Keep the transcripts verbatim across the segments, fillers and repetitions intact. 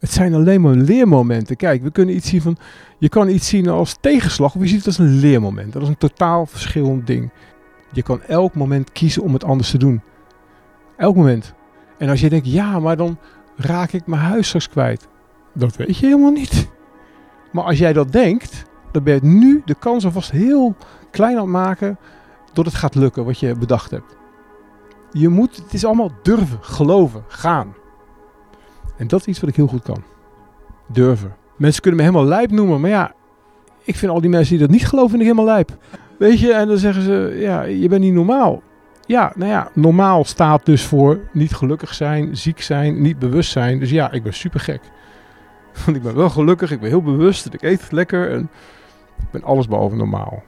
Het zijn alleen maar leermomenten. Kijk, we kunnen iets zien van... Je kan iets zien als tegenslag of je ziet het als een leermoment. Dat is een totaal verschillend ding. Je kan elk moment kiezen om het anders te doen. Elk moment. En als je denkt, ja, maar dan raak ik mijn huis straks kwijt. Dat weet je helemaal niet. Maar als jij dat denkt, dan ben je nu de kans alvast heel klein aan het maken dat het gaat lukken wat je bedacht hebt. Je moet, het is allemaal durven, geloven, gaan. En dat is iets wat ik heel goed kan. Durven. Mensen kunnen me helemaal lijp noemen, maar ja, ik vind al die mensen die dat niet geloven, vind ik helemaal lijp. Weet je, en dan zeggen ze, ja, je bent niet normaal. Ja, nou ja, normaal staat dus voor niet gelukkig zijn, ziek zijn, niet bewust zijn. Dus ja, ik ben super gek. Want ik ben wel gelukkig, ik ben heel bewust, ik eet lekker en ik ben allesbehalve normaal.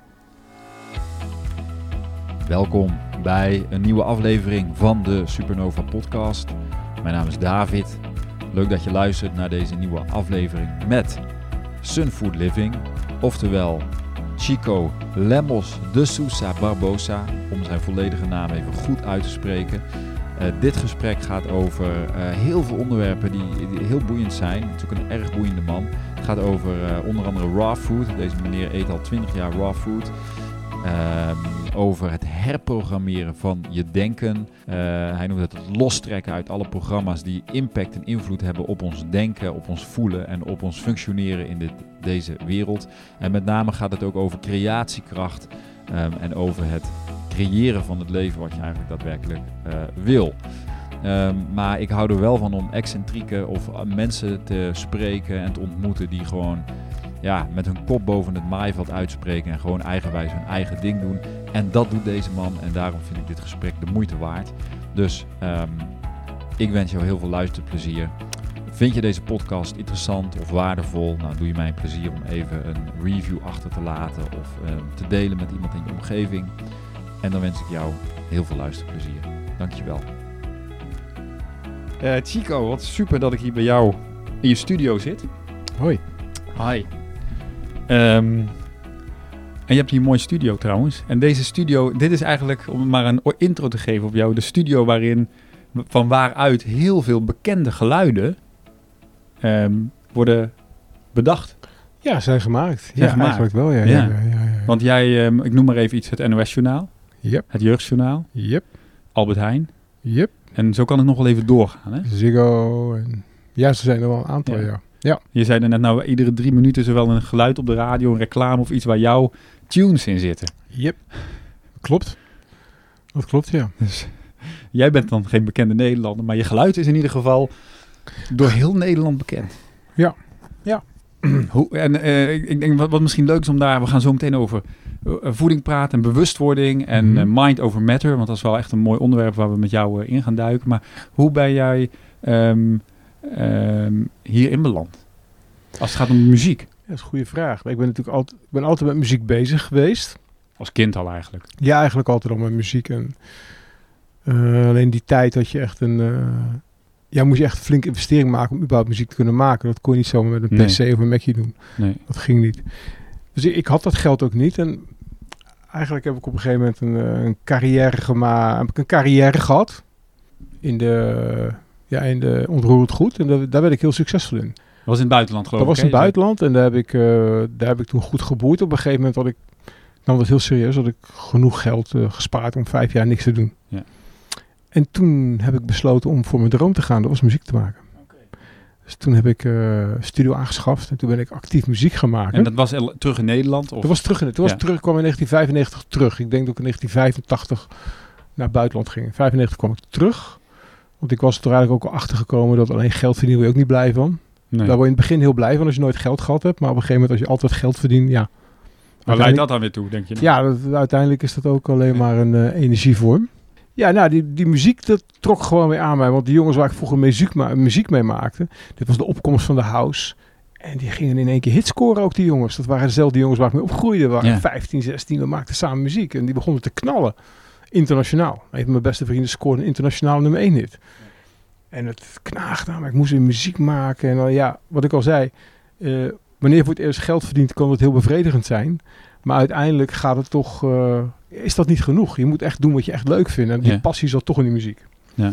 Welkom bij een nieuwe aflevering van de Supernova podcast. Mijn naam is David. Leuk dat je luistert naar deze nieuwe aflevering met Sunfood Living. Oftewel Chico Lemos de Sousa Barbosa, om zijn volledige naam even goed uit te spreken. Uh, dit gesprek gaat over uh, heel veel onderwerpen die, die heel boeiend zijn. Natuurlijk een erg boeiende man. Het gaat over uh, onder andere raw food. Deze meneer eet al twintig jaar raw food. Uh, over het herprogrammeren van je denken. Uh, hij noemt het het lostrekken uit alle programma's die impact en invloed hebben op ons denken, op ons voelen en op ons functioneren in dit, deze wereld. En met name gaat het ook over creatiekracht um, en over het creëren van het leven wat je eigenlijk daadwerkelijk uh, wil. Um, maar ik hou er wel van om excentrieke of uh, mensen te spreken en te ontmoeten die gewoon ja, met hun kop boven het maaiveld uitspreken en gewoon eigenwijs hun eigen ding doen. En dat doet deze man en daarom vind ik dit gesprek de moeite waard. Dus um, ik wens jou heel veel luisterplezier. Vind je deze podcast interessant of waardevol? Nou, doe je mij een plezier om even een review achter te laten of um, te delen met iemand in je omgeving. En dan wens ik jou heel veel luisterplezier. Dankjewel. Uh, Chico, wat super dat ik hier bij jou in je studio zit. Hoi. Hi. Um, en je hebt hier een mooie studio trouwens. En deze studio, dit is eigenlijk, om maar een intro te geven op jou, de studio waarin, van waaruit heel veel bekende geluiden um, worden bedacht. Ja, zijn gemaakt. Zijn ja, gemaakt. eigenlijk wel. Ja, ja. Ja. Ja, ja, ja, ja. Want jij, um, ik noem maar even iets, het N O S-journaal, Yep. het Jeugdjournaal, Yep. Albert Heijn. Yep. En zo kan het nog wel even doorgaan, hè? Ziggo. En... Ja, ze zijn er wel een aantal, ja. Ja. ja. Je zei er net, nou, iedere drie minuten is er wel een geluid op de radio, een reclame of iets waar jouw tunes in zitten. Yep. Klopt. Dat klopt, ja. Dus jij bent dan geen bekende Nederlander, maar je geluid is in ieder geval door heel Nederland bekend. Ja. Ja. Hoe, en uh, ik, ik denk wat, wat misschien leuk is om daar, we gaan zo meteen over uh, voeding praten en bewustwording en Mm-hmm. uh, mind over matter, want dat is wel echt een mooi onderwerp waar we met jou uh, in gaan duiken. Maar hoe ben jij um, um, hierin beland? Als het gaat om muziek. Ja, dat is een goede vraag. Ik ben natuurlijk altijd, ik ben altijd met muziek bezig geweest. Als kind al eigenlijk. Ja, eigenlijk altijd al met muziek. En, uh, alleen die tijd dat je echt een... Uh, ja, moest je echt een flinke investering maken om überhaupt muziek te kunnen maken. Dat kon je niet zomaar met een Nee. P C of een Macje doen. Nee. Dat ging niet. Dus ik, ik had dat geld ook niet. En eigenlijk heb ik op een gegeven moment een, uh, een carrière gemaakt. Heb ik een carrière gehad in de, ja, in de onroerend goed. En daar, daar werd ik heel succesvol in. Dat was in het buitenland geloof Dat ik. was in het hè? buitenland en daar heb, ik, uh, daar heb ik toen goed geboeid. Op een gegeven moment had ik, ik nam dat heel serieus, had ik genoeg geld uh, gespaard om vijf jaar niks te doen. Ja. En toen heb ik besloten om voor mijn droom te gaan, dat was muziek te maken. Okay. Dus toen heb ik uh, studio aangeschaft en toen ben ik actief muziek gaan maken. En dat was el- terug in Nederland? Of? Dat was terug, in, toen was Ja. terug, kwam in negentien vijfennegentig terug. Ik denk dat ik in negentien vijfentachtig naar het buitenland ging. In vijfennegentig kwam ik terug, want ik was er eigenlijk ook al achter gekomen dat alleen geld verdienen wil je ook niet blij van. Nee. Daar word je in het begin heel blij van als je nooit geld gehad hebt. Maar op een gegeven moment als je altijd geld verdient, ja. Waar leidt dat dan weer toe, denk je? Ja, dat, uiteindelijk is dat ook alleen maar een uh, energievorm. Ja, nou, die, die muziek, dat trok gewoon weer aan mij. Want die jongens waar ik vroeger muziek, ma- muziek mee maakte, dit was de opkomst van de house. En die gingen in één keer hits scoren ook, die jongens. Dat waren dezelfde jongens waar ik mee opgroeide. We waren Ja. vijftien, zestien, we maakten samen muziek. En die begonnen te knallen. Internationaal. Een van mijn beste vrienden scoorde een internationaal nummer één hit. En het knaagde aan, maar ik moest weer muziek maken. En uh, ja, wat ik al zei, uh, wanneer je voor het eerst geld verdient, kan het heel bevredigend zijn. Maar uiteindelijk gaat het toch, uh, is dat niet genoeg. Je moet echt doen wat je echt leuk vindt. En die Ja. passie zat toch in die muziek. Ja.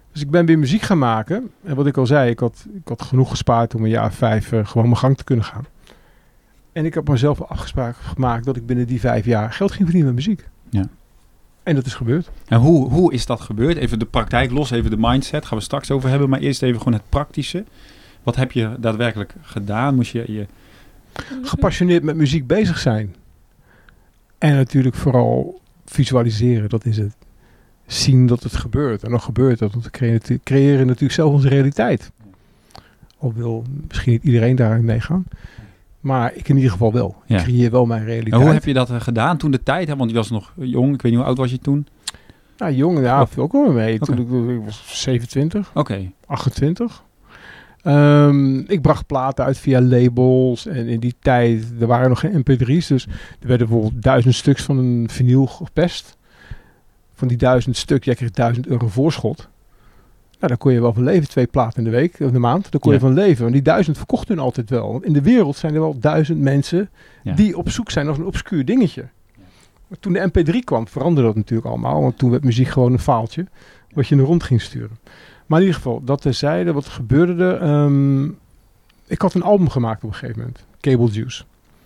Dus ik ben weer muziek gaan maken. En wat ik al zei, ik had, ik had genoeg gespaard om een jaar vijf uh, gewoon mijn gang te kunnen gaan. En ik heb mezelf afgesproken gemaakt dat ik binnen die vijf jaar geld ging verdienen met muziek. Ja. En dat is gebeurd. En hoe, hoe is dat gebeurd? Even de praktijk los, even de mindset. Gaan we straks over hebben. Maar eerst even gewoon het praktische. Wat heb je daadwerkelijk gedaan? Moest je je... Gepassioneerd met muziek bezig zijn. En natuurlijk vooral visualiseren. Dat is het. Zien dat het gebeurt. En dan gebeurt dat. Want we creëren, creëren natuurlijk zelf onze realiteit. Al wil misschien niet iedereen daarin meegaan. Maar ik in ieder geval wel. Ja. Ik creëer wel mijn realiteit. En hoe heb je dat uh, gedaan toen de tijd? Hè? Want je was nog jong. Ik weet niet hoe oud was je toen? Nou, jong, ja, viel ook wel mee. Okay. Toen ik, ik was zevenentwintig, okay. achtentwintig. Um, ik bracht platen uit via labels. En in die tijd, er waren nog geen M P drie's. Dus er werden bijvoorbeeld duizend stuks van een vinyl gepest. Van die duizend stuk, jij kreeg duizend euro voorschot. Nou, daar kon je wel van leven. Twee platen in de week, of de maand. Daar kon ja. je van leven. Want die duizend verkochten hun altijd wel. Want in de wereld zijn er wel duizend mensen ja. die op zoek zijn naar een obscuur dingetje. Ja. Maar toen de M P drie kwam, veranderde dat natuurlijk allemaal. Want toen werd muziek gewoon een faaltje. Wat je er rond ging sturen. Maar in ieder geval, dat terzijde, wat gebeurde er? Um, ik had een album gemaakt op een gegeven moment. Cable Juice.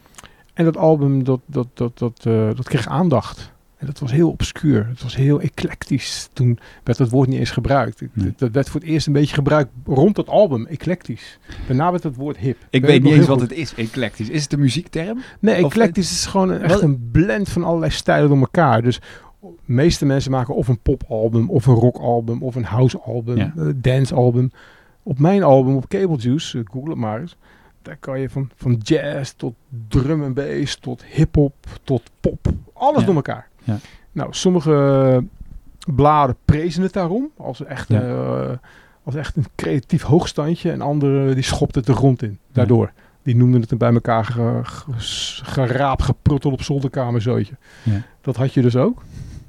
En dat album, dat, dat, dat, dat, uh, dat kreeg aandacht. En dat was heel obscuur. Het was heel eclectisch. Toen werd dat woord niet eens gebruikt. Nee. Dat werd voor het eerst een beetje gebruikt rond dat album. Eclectisch. Daarna werd het woord hip. Ik weet, weet niet eens wat goed. Het is, eclectisch. Is het een muziekterm? Nee, eclectisch is gewoon een, echt een blend van allerlei stijlen door elkaar. Dus de meeste mensen maken of een popalbum, of een rockalbum, of een housealbum, ja. uh, dancealbum. Op mijn album, op Cable Juice, uh, google het maar eens. Daar kan je van, van jazz tot drum en bass, tot hiphop, tot pop. Alles ja. door elkaar. Ja. Nou, sommige bladen prezen het daarom. Als echt, ja. uh, als echt een creatief hoogstandje. En andere die schopten het de grond in. Daardoor. Ja. Die noemden het een bij elkaar ge, ge, geraapt, gepruttel op zolderkamerzootje. Ja. Dat had je dus ook.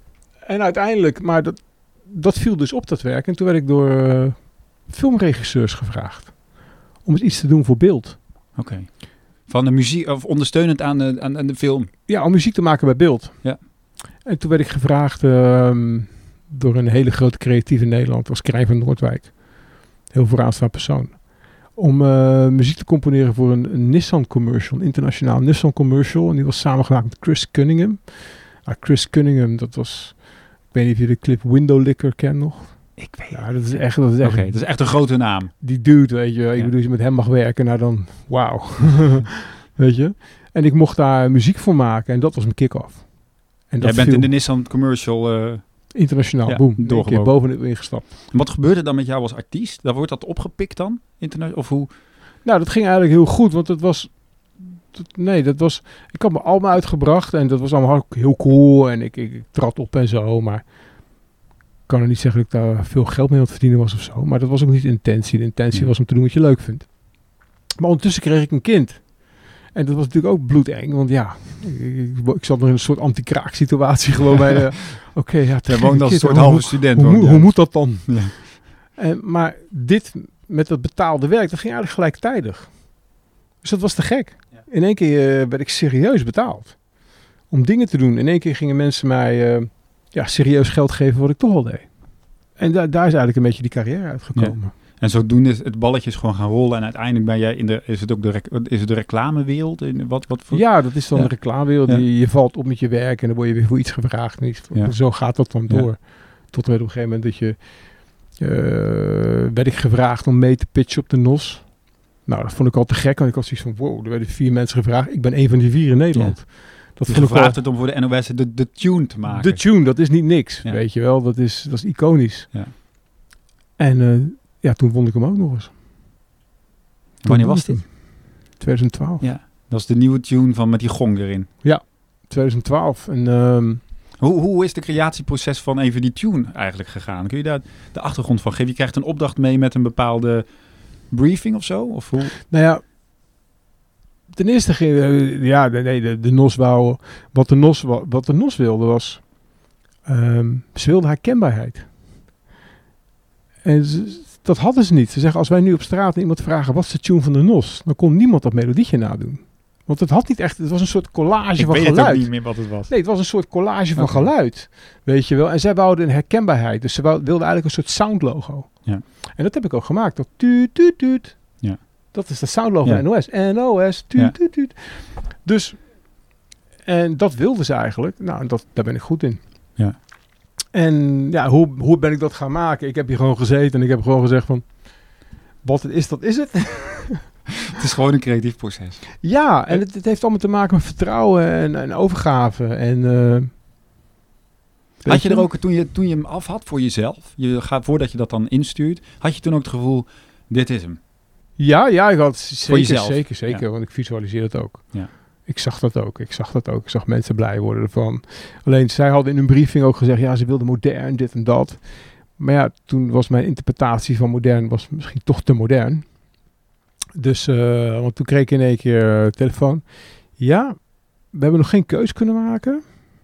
En uiteindelijk, maar dat, dat viel dus op dat werk. En toen werd ik door uh, filmregisseurs gevraagd. Om eens iets te doen voor beeld. Oké. Okay. Van de muziek, of ondersteunend aan de, aan, aan de film? Ja, om muziek te maken bij beeld. Ja. En toen werd ik gevraagd um, door een hele grote creatief in Nederland. Dat was Krijn van Noordwijk. Heel vooraanstaand persoon. Om uh, muziek te componeren voor een, een Nissan commercial. Een internationaal Nissan commercial. En die was samengemaakt met Chris Cunningham. Ah, Chris Cunningham, dat was... Ik weet niet of je de clip Window Licker kent nog. Ik weet ja, dat is echt... Dat is echt, okay, dat is echt een grote naam. Die dude, weet je. Ja. Ik bedoel, als je met hem mag werken, nou dan... Wauw. Weet je. En ik mocht daar muziek voor maken. En dat was mijn kick-off. En dat Jij bent in de Nissan commercial... Uh, internationaal, ja, boom. Een keer bovenop ingestapt. En wat gebeurde dan met jou als artiest? Daar wordt dat opgepikt dan? Interna- of hoe? Nou, dat ging eigenlijk heel goed. Want het was... Dat, nee, dat was... Ik had mijn album uitgebracht. En dat was allemaal heel cool. En ik, ik, ik trad op en zo. Maar... Ik kan er niet zeggen dat ik daar veel geld mee aan het verdienen was of zo. Maar dat was ook niet de intentie. De intentie ja. was om te doen wat je leuk vindt. Maar ondertussen kreeg ik een kind. En dat was natuurlijk ook bloedeng. Want ja, ik, ik, ik zat nog in een soort anti-kraak situatie. Gewoon bij de... Oké, okay, ja, hij woont als een soort halve student. Hoe, hoe, hoe moet dat dan? Ja. En, maar dit met dat betaalde werk, dat ging eigenlijk gelijktijdig. Dus dat was te gek. Ja. In één keer uh, werd ik serieus betaald. Om dingen te doen. In één keer gingen mensen mij... Uh, ja, serieus geld geven wat ik toch al deed. En da- daar is eigenlijk een beetje die carrière uitgekomen. Ja. En zodoende is het balletje is gewoon gaan rollen. En uiteindelijk ben jij in de... Is het ook de, rec- is het de reclamewereld? In wat, wat voor... Ja, dat is dan ja. de reclamewereld. Ja. Je, je valt op met je werk en dan word je weer voor iets gevraagd. En iets, ja. Zo gaat dat dan door. Ja. Tot op een gegeven moment dat je... Uh, werd ik gevraagd om mee te pitchen op de N O S. Nou, dat vond ik al te gek. Want ik had zoiets van... Wow, er werden vier mensen gevraagd. Ik ben een van die vier in Nederland. Ja. Dat dus gevraagd het om voor de N O S de, de tune te maken. De tune, dat is niet niks, ja. weet je wel. Dat is, dat is iconisch. Ja. En uh, ja, toen won ik hem ook nog eens. Toen Wanneer was dit? twintig twaalf. Ja, dat is de nieuwe tune van met die gong erin. Ja, twintig twaalf. En, um, hoe, hoe is de creatieproces van even die tune eigenlijk gegaan? Kun je daar de achtergrond van geven? Je krijgt een opdracht mee met een bepaalde briefing of zo? Of hoe? Nou ja... Ten eerste ging, uh, ja, nee, de, de N O S wou, wat de N O S, wat de N O S wilde was, um, ze wilde herkenbaarheid. En ze, dat hadden ze niet. Ze zeggen, als wij nu op straat iemand vragen, wat is de tune van de N O S? Dan kon niemand dat melodietje nadoen. Want het had niet echt... Het was een soort collage Ik van weet geluid. het ook niet meer wat het was. Nee, het was een soort collage van Oké. geluid. Weet je wel. En zij wouden een herkenbaarheid. Dus ze wou- wilden eigenlijk een soort soundlogo. Ja. En dat heb ik ook gemaakt. Dat tuut, tuut, tuut. Ja. Dat is de soundlogo Ja. van N O S. N O S, tuut, Ja. tuut, tuut. Dus... En dat wilden ze eigenlijk. Nou, en dat, daar ben ik goed in. Ja. En ja, hoe, hoe ben ik dat gaan maken? Ik heb hier gewoon gezeten en ik heb gewoon gezegd van... Wat het is, dat is het. Het is gewoon een creatief proces. Ja, en het, het heeft allemaal te maken met vertrouwen en, en overgave. En, eh, Had weet je er ook, toen je, toen je hem af had voor jezelf, je gaat, voordat je dat dan instuurt, had je toen ook het gevoel, dit is hem? Ja, ja, ik had zeker, jezelf. zeker, zeker. Ja. Want ik visualiseer het ook. Ja. Ik zag dat ook. Ik zag dat ook. Ik zag mensen blij worden ervan. Alleen, zij hadden in hun briefing ook gezegd... ja, ze wilden modern, dit en dat. Maar ja, toen was mijn interpretatie van modern... was misschien toch te modern. Dus, uh, want toen kreeg ik in één keer uh, telefoon... ja, we hebben nog geen keus kunnen maken.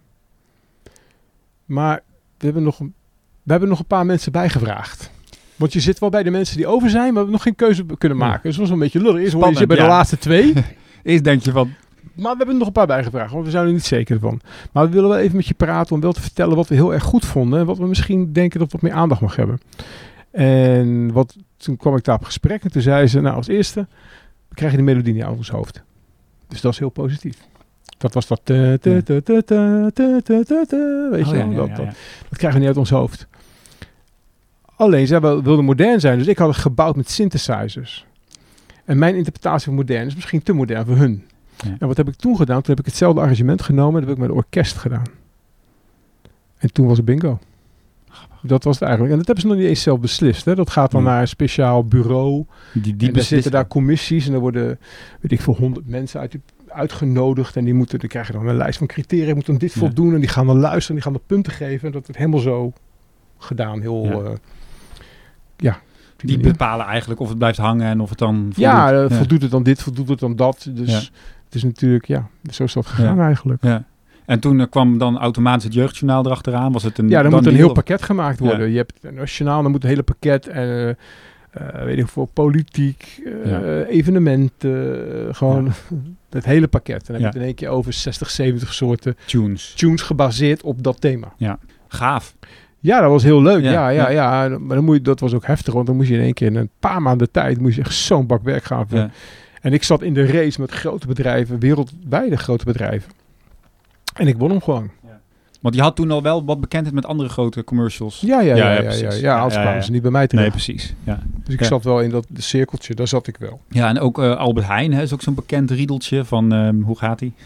Maar we hebben nog, een- we hebben nog een paar mensen bijgevraagd. Want je zit wel bij de mensen die over zijn... maar we hebben nog geen keuze kunnen Ja. maken. Dus dat was een beetje lullig. Eerst hoor je Spannend, zit bij ja. de laatste twee... Eerst denk je van, Maar we hebben er nog een paar bijgevraagd, want we zijn er niet zeker van. Maar we willen wel even met je praten om wel te vertellen wat we heel erg goed vonden. En wat we misschien denken dat wat meer aandacht mag hebben. En wat, toen kwam ik daar op gesprek en toen zei ze, nou als eerste, we krijgen die melodie niet uit ons hoofd. Dus dat is heel positief. Dat was dat, te, te, te, te, te, te, te, te, te, weet oh, je ja, wel, ja, dat, ja, dat, ja. dat krijgen we niet uit ons hoofd. Alleen, zij wel- wilden modern zijn, dus ik had het gebouwd met synthesizers. En mijn interpretatie van modern is misschien te modern voor hun. Ja. En wat heb ik toen gedaan? Toen heb ik hetzelfde arrangement genomen en dat heb ik met een orkest gedaan. En toen was het bingo. Dat was het eigenlijk. En dat hebben ze nog niet eens zelf beslist. Hè? Dat gaat dan Nee. naar een speciaal bureau. Die, die en daar beslissen. zitten daar commissies en er worden, weet ik veel, honderd mensen uit, uitgenodigd. En die moeten, dan krijg je dan een lijst van criteria. Je moet dan dit Ja. voldoen en die gaan dan luisteren. Die gaan dan punten geven. En dat wordt helemaal zo gedaan. Heel, Ja. ja. ja op Die manier. bepalen eigenlijk of het blijft hangen en of het dan Ja, voldoet. eh, voldoet het dan dit, voldoet het dan dat. Dus Ja. het is natuurlijk, ja, zo is dat gegaan Ja. eigenlijk. Ja. En toen eh, kwam dan automatisch het jeugdjournaal erachteraan. Was het een Ja, dan dan moet een die heel hele- pakket gemaakt worden. Je hebt een nationaal, dan moet een hele pakket. En uh, weet ik voor politiek, uh, Ja. evenementen, uh, gewoon het hele pakket. En dan heb je Ja. het in één keer over zestig, zeventig soorten tunes. tunes gebaseerd op dat thema. Gaaf. Ja, dat was heel leuk. Ja, Ja, ja, ja. ja. Maar dan moet je, dat was ook heftig, want dan moest je in één keer in een paar maanden tijd moest je echt zo'n bak werk gaan doen. Ja. En ik zat in de race met grote bedrijven, wereldwijde grote bedrijven. En ik won hem gewoon. Want je had toen al wel wat bekendheid met andere grote commercials. Ja, ja, Ja, ja, ja, ja, ja, precies. ja, Ja, anders ja, kwamen ja. ze niet bij mij Nee, terecht. precies. Ja, Dus ik Ja. zat wel in dat de cirkeltje, daar zat ik wel. ja en ook uh, Albert Heijn hè, is ook zo'n bekend riedeltje van, um, hoe gaat die?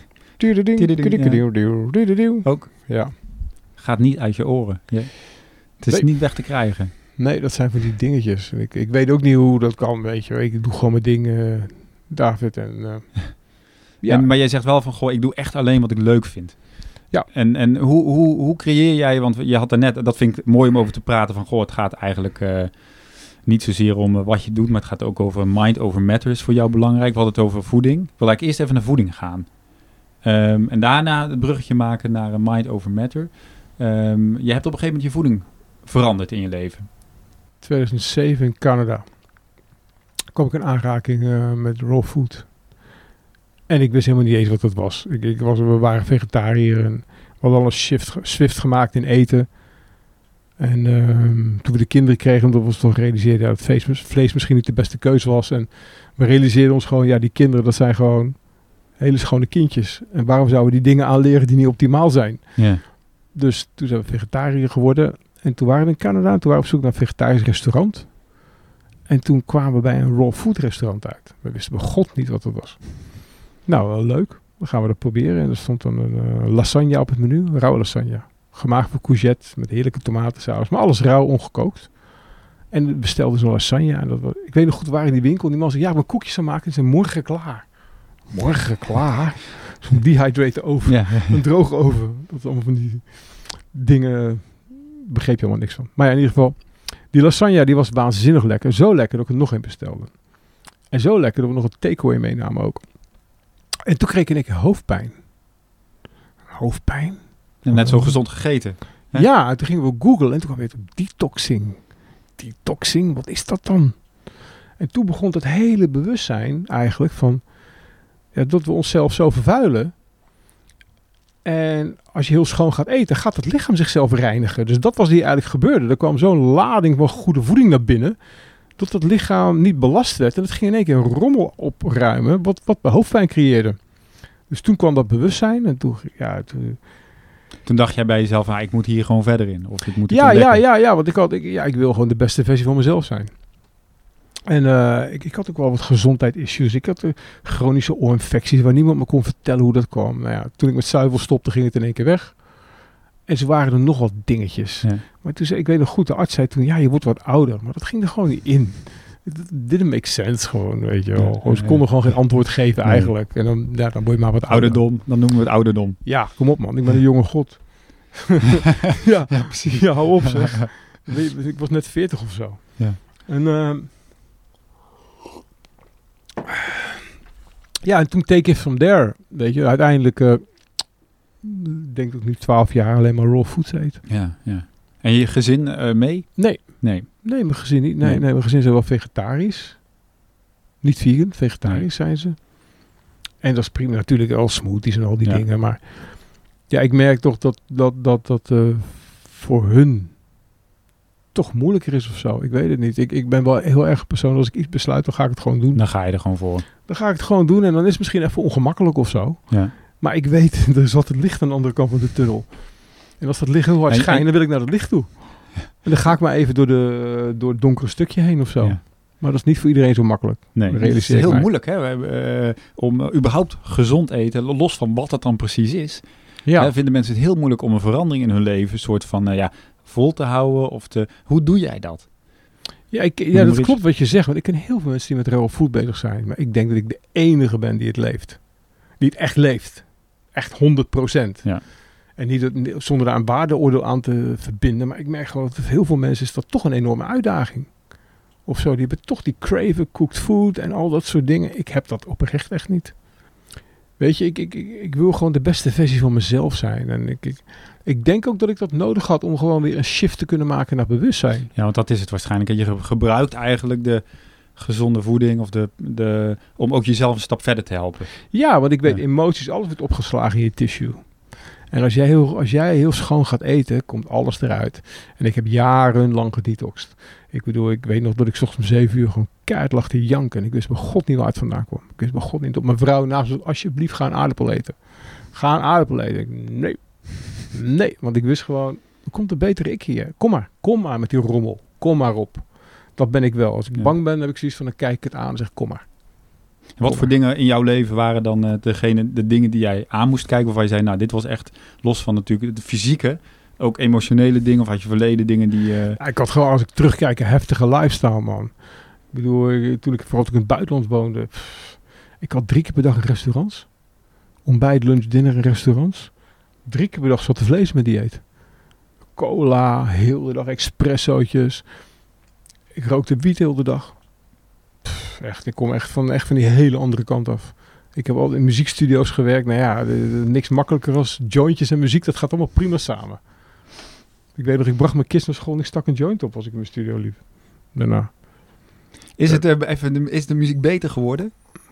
Ook. Ja. Gaat niet uit je oren. Ja. Het is Nee. niet weg te krijgen. Nee, dat zijn van die dingetjes. Ik, ik weet ook niet hoe dat kan, weet je. Ik doe gewoon mijn dingen, David. En, uh, ja. En, maar jij zegt wel van, goh, ik doe echt alleen wat ik leuk vind. Ja. En, en hoe, hoe, hoe creëer jij, want je had er net, dat vind ik mooi om over te praten, van goh, het gaat eigenlijk uh, niet zozeer om uh, wat je doet, maar het gaat ook over mind over matter is voor jou belangrijk. We hadden het over voeding. Ik wil eigenlijk eerst even naar voeding gaan. Um, en daarna het bruggetje maken naar uh, mind over matter. Um, je hebt op een gegeven moment je voeding veranderd in je leven. tweeduizend zeven in Canada kwam ik in aanraking uh, met raw food. En ik wist helemaal niet eens wat dat was. Ik, ik was we waren vegetariër en we hadden al een shift, shift gemaakt in eten. En uh, toen we de kinderen kregen, omdat we ons toch realiseerden ja, dat vlees, vlees misschien niet de beste keuze was. En we realiseerden ons gewoon, ja, die kinderen, dat zijn gewoon hele schone kindjes. En waarom zouden we die dingen aanleren die niet optimaal zijn? Ja. Dus toen zijn we vegetariër geworden. En toen waren we in Canada. En toen waren we op zoek naar een vegetarisch restaurant. En toen kwamen we bij een raw food restaurant uit. We wisten bij god niet wat dat was. Nou, wel leuk. Dan gaan we dat proberen. En er stond dan een uh, lasagne op het menu. Rauwe lasagne. Gemaakt van courgette met heerlijke tomatensaus. Maar alles rauw, ongekookt. En we bestelden zo'n lasagne. En dat was, ik weet nog goed, we waren in die winkel. En die man zei, ja, we hebben koekjes aan maken. Die zijn morgen klaar. Morgen klaar? Zo'n dehydrate oven. Ja. Een droge oven. Dat is allemaal van die dingen, begreep je helemaal niks van. Maar ja, in ieder geval, die lasagne die was waanzinnig lekker. Zo lekker dat ik er nog een bestelde. En zo lekker dat we nog een takeaway meenamen ook. En toen kreeg ik in één keer hoofdpijn. Hoofdpijn? En net zo gezond gegeten. Hè? Ja, en toen gingen we googlen en toen kwam weer op detoxing. Detoxing, wat is dat dan? En toen begon het hele bewustzijn eigenlijk van, ja, dat we onszelf zo vervuilen. En als je heel schoon gaat eten, gaat het lichaam zichzelf reinigen. Dus dat was die eigenlijk gebeurde. Er kwam zo'n lading van goede voeding naar binnen, dat het lichaam niet belast werd. En het ging in één keer een rommel opruimen, wat, wat hoofdpijn creëerde. Dus toen kwam dat bewustzijn. En toen, ja, toen, toen dacht jij bij jezelf, ah, ik moet hier gewoon verder in. Of ik moet het ja, ja, ontdekken. ja, ja, want ik, had, ik, ja, ik wil gewoon de beste versie van mezelf zijn. En uh, ik, ik had ook wel wat gezondheidsissues. Ik had uh, chronische oorinfecties waar niemand me kon vertellen hoe dat kwam. Nou ja, toen ik met zuivel stopte, ging het in één keer weg. En ze waren er nog wat dingetjes. Ja. Maar toen zei, ik weet nog goed, de arts zei toen, ja, je wordt wat ouder. Maar dat ging er gewoon niet in. It didn't make sense gewoon, weet je wel. Ja, ja, ze konden ja. gewoon geen antwoord geven nee. eigenlijk. En dan, ja, dan word je maar wat ouder. Ouderdom, dan noemen we het ouderdom. Ja, kom op man, ik ben een jonge god. ja, ja, precies. Ja, hou op zeg. Ik was net veertig of zo. Ja. En... Uh, Ja, en toen take it from there. Weet je, uiteindelijk uh, denk ik nu twaalf jaar alleen maar raw foods eet. Ja, ja. En je gezin uh, mee? Nee. Nee. Nee, mijn gezin niet. Nee, nee. nee mijn gezin zijn wel vegetarisch. Niet vegan, vegetarisch nee. zijn ze. En dat is prima. Natuurlijk al smoothies en al die ja. dingen. Maar ja, ik merk toch dat dat, dat, dat uh, voor hun toch moeilijker is of zo. Ik weet het niet. Ik, ik ben wel heel erg persoonlijk. Als ik iets besluit, dan ga ik het gewoon doen. Dan ga je er gewoon voor. Dan ga ik het gewoon doen en dan is het misschien even ongemakkelijk of zo. Ja. Maar ik weet, er zat het licht aan de andere kant van de tunnel. En als dat licht heel hard schijnt, dan wil ik naar het licht toe. En dan ga ik maar even door, de, door het donkere stukje heen of zo. Ja. Maar dat is niet voor iedereen zo makkelijk. Nee, het is heel mij. moeilijk hè? We hebben, uh, om uh, überhaupt gezond eten, los van wat het dan precies is. Ja. Uh, vinden mensen het heel moeilijk om een verandering in hun leven, een soort van, uh, ja, vol te houden. Of te, hoe doe jij dat? Ja, ik, ja, dat klopt wat je zegt. Want ik ken heel veel mensen die met raw food bezig zijn. Maar ik denk dat ik de enige ben die het leeft. Die het echt leeft. Echt honderd procent. Ja. En niet dat, zonder daar een waardeoordeel aan te verbinden. Maar ik merk gewoon dat voor heel veel mensen is dat toch een enorme uitdaging. Of zo. Die hebben toch die craven, cooked food en al dat soort dingen. Ik heb dat oprecht echt niet. Weet je, ik, ik, ik, ik wil gewoon de beste versie van mezelf zijn. En ik, ik, ik denk ook dat ik dat nodig had om gewoon weer een shift te kunnen maken naar bewustzijn. Ja, want dat is het waarschijnlijk. Je gebruikt eigenlijk de gezonde voeding of de, de, om ook jezelf een stap verder te helpen. Ja, want ik weet, ja. emoties, alles wordt opgeslagen in je tissue. En als jij, heel, als jij heel schoon gaat eten, komt alles eruit. En ik heb jarenlang gedetoxed. Ik bedoel, ik weet nog dat ik 's ochtends om zeven uur gewoon keihard lag te janken. En ik wist bij God niet waar het vandaan kwam. Ik wist bij God niet. Op mijn vrouw naast me, alsjeblieft ga een aardappel eten. Ga een aardappel eten. Ik, nee. Nee, want ik wist gewoon, er komt een betere ik hier. Kom maar, kom maar met die rommel. Kom maar op. Dat ben ik wel. Als ik ja. bang ben, heb ik zoiets van, dan kijk ik het aan en zeg kom maar. En wat voor dingen in jouw leven waren dan uh, degene, de dingen die jij aan moest kijken, waarvan je zei, nou, dit was echt los van natuurlijk de fysieke, ook emotionele dingen, of had je verleden dingen die... Uh... Ja, ik had gewoon, als ik terugkijk, een heftige lifestyle, man. Ik bedoel, toen ik vooral toen ik in het buitenland woonde, pff, ik had drie keer per dag in restaurants. Ontbijt, lunch, dinner in restaurants. Drie keer per dag zat de vlees met dieet. Cola, heel de dag, espressootjes. Ik rookte wiet heel de dag. Pff, echt, ik kom echt van, echt van die hele andere kant af. Ik heb altijd in muziekstudio's gewerkt. Nou ja, de, de, niks makkelijker als jointjes en muziek. Dat gaat allemaal prima samen. Ik weet nog, ik bracht mijn kids naar school en ik stak een joint op als ik in mijn studio liep. Daarna. Is, het, uh, even de, is de muziek beter geworden?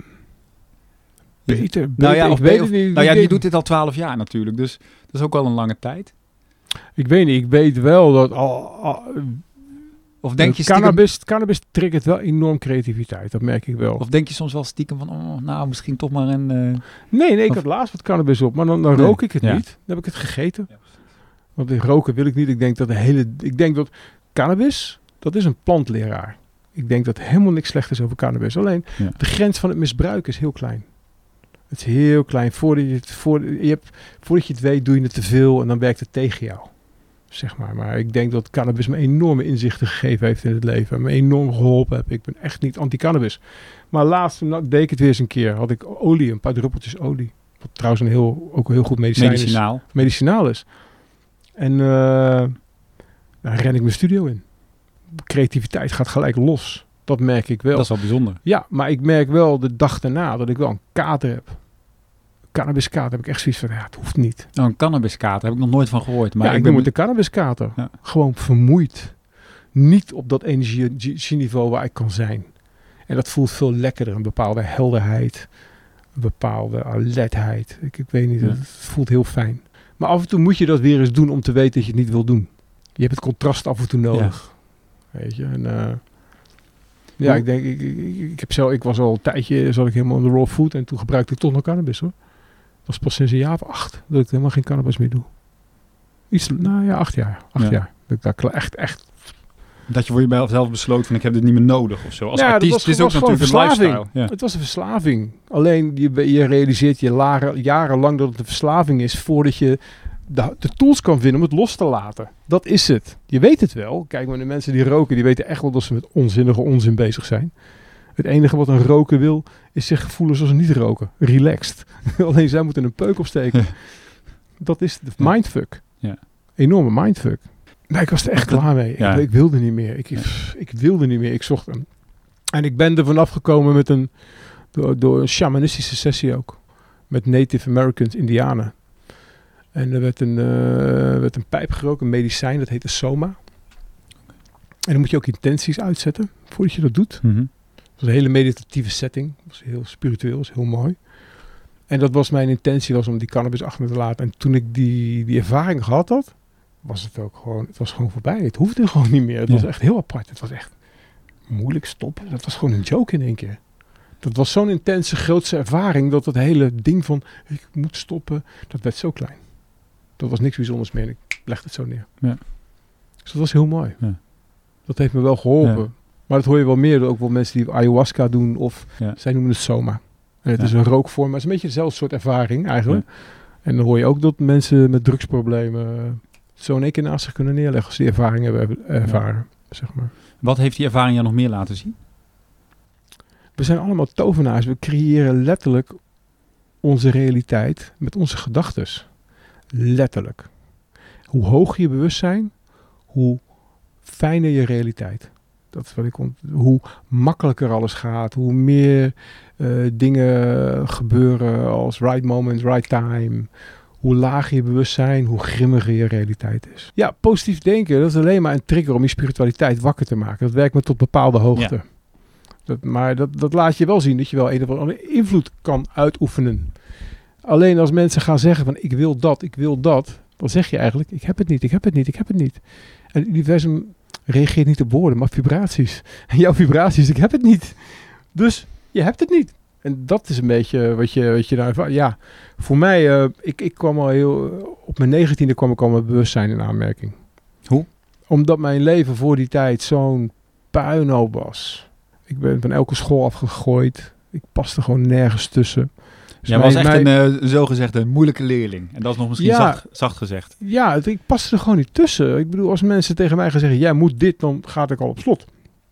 Beter? beter nou ja, ik of weet be- het niet. Nou ja, je doet dit al twaalf jaar natuurlijk. Dus dat is ook wel een lange tijd. Ik weet niet. Ik weet wel dat al... al Of denk je cannabis, stiekem... cannabis triggert wel enorm creativiteit, dat merk ik wel. Of denk je soms wel stiekem van, oh, nou, misschien toch maar een... Uh... Nee, nee, ik of... had laatst wat cannabis op, maar dan, dan nee. rook ik het ja. niet. Dan heb ik het gegeten. Ja, want ik roken wil ik niet. Ik denk dat de hele... Ik denk dat cannabis, dat is een plantleraar. Ik denk dat helemaal niks slecht is over cannabis. Alleen, ja. de grens van het misbruik is heel klein. Het is heel klein. Voordat je het, voor, je hebt, voordat je het weet, doe je het te veel en dan werkt het tegen jou. Zeg maar. Maar ik denk dat cannabis me enorme inzichten gegeven heeft in het leven. En me enorm geholpen heb. Ik ben echt niet anti-cannabis. Maar laatst nou, deed ik het weer eens een keer. Had ik olie, een paar druppeltjes olie. Wat trouwens een heel, ook een heel goed medicijn Medicinaal. is. Medicinaal is. En uh, dan ren ik mijn studio in. Creativiteit gaat gelijk los. Dat merk ik wel. Dat is wel bijzonder. Ja, maar ik merk wel de dag daarna dat ik wel een kater heb. Cannabiskater heb ik echt zoiets van, ja, het hoeft niet. Nou, een cannabiskater heb ik nog nooit van gehoord. Maar ja, ik, ik ben met de cannabiskater. Ja. Gewoon vermoeid. Niet op dat energieniveau waar ik kan zijn. En dat voelt veel lekkerder. Een bepaalde helderheid. Een bepaalde alertheid. Ik, ik weet niet, Ja. het voelt heel fijn. Maar af en toe moet je dat weer eens doen om te weten dat je het niet wil doen. Je hebt het contrast af en toe nodig. Weet je, en... Uh, ja, Hoe? ik denk, ik, ik, ik, heb zelf, ik was al een tijdje, zat ik helemaal on the raw food en toen gebruikte ik toch nog cannabis hoor. Dat was pas sinds een jaar of acht dat ik helemaal geen cannabis meer doe. Iets, nou ja, acht jaar. Acht Ja. jaar. Dat ik daar kla- echt, echt... Dat je voor jezelf besloot van ik heb dit niet meer nodig of zo. Als Ja, dat artiest was- is ook was gewoon natuurlijk een verslaving. lifestyle. Ja. Het was een verslaving. Alleen je, je realiseert je laren, jarenlang dat het een verslaving is voordat je de, de tools kan vinden om het los te laten. Dat is het. Je weet het wel. Kijk, maar de mensen die roken, die weten echt wel dat ze met onzinnige onzin bezig zijn. Het enige wat een roker wil, is zich voelen zoals een niet-roken. Relaxed. Alleen zij moeten een peuk opsteken. Dat is de mindfuck. Ja. Enorme mindfuck. Nee, ik was er echt Dat- klaar mee. ja. Ik, ik wilde niet meer. Ik, pff, ik wilde niet meer. Ik zocht hem. En ik ben er vanaf gekomen met een, door, door een shamanistische sessie ook. Met Native Americans, Indianen. En er werd een, uh, werd een pijp gerookt, een medicijn, dat heette Soma. En dan moet je ook intenties uitzetten voordat je dat doet. Mhm. Het was een hele meditatieve setting. Het was heel spiritueel, het was heel mooi. En dat was mijn intentie, was om die cannabis achter me te laten. En toen ik die, die ervaring gehad had, was het ook gewoon, het was gewoon voorbij. Het hoefde gewoon niet meer. Het Ja. was echt heel apart. Het was echt moeilijk stoppen. Dat was gewoon een joke in één keer. Dat was zo'n intense, grootse ervaring, dat het hele ding van, ik moet stoppen, dat werd zo klein. Dat was niks bijzonders meer en ik legde het zo neer. Ja. Dus dat was heel mooi. Ja. Dat heeft me wel geholpen. Ja. Maar dat hoor je wel meer, ook wel mensen die ayahuasca doen of Ja. zij noemen het soma. En het Ja. is een rookvorm, maar het is een beetje dezelfde soort ervaring eigenlijk. En dan hoor je ook dat mensen met drugsproblemen uh, zo in één keer naast zich kunnen neerleggen als die ervaring hebben ervaren, zeg maar. Wat heeft die ervaring jou nog meer laten zien? We zijn allemaal tovenaars. We creëren letterlijk onze realiteit met onze gedachtes. Letterlijk. Hoe hoger je bewustzijn, hoe fijner je realiteit. Dat is wat ik ont- hoe makkelijker alles gaat, hoe meer uh, dingen gebeuren als right moment, right time. Hoe lager je bewustzijn, hoe grimmiger je realiteit is. Ja, positief denken, dat is alleen maar een trigger om je spiritualiteit wakker te maken. Dat werkt maar tot bepaalde hoogte. Ja. Dat, maar dat, dat laat je wel zien dat je wel een of andere invloed kan uitoefenen. Alleen als mensen gaan zeggen van ik wil dat, ik wil dat, dan zeg je eigenlijk ik heb het niet, ik heb het niet, ik heb het niet. En het universum reageert niet op woorden, maar vibraties. En jouw vibraties, ik heb het niet. Dus je hebt het niet. En dat is een beetje wat je, wat je nou ervaart. Ja, voor mij, uh, ik, ik kwam al heel, op mijn negentiende kwam ik al met bewustzijn in aanmerking. Hoe? Omdat mijn leven voor die tijd zo'n puinhoop was. Ik ben van elke school afgegooid. Ik paste gewoon nergens tussen. Dus Jij mijn- was echt mijn- een uh, zogezegd een moeilijke leerling. En dat is nog misschien Ja. zacht, zacht gezegd. Ja, het, ik paste er gewoon niet tussen. Ik bedoel, als mensen tegen mij gaan zeggen, jij moet dit, dan gaat ik al op slot.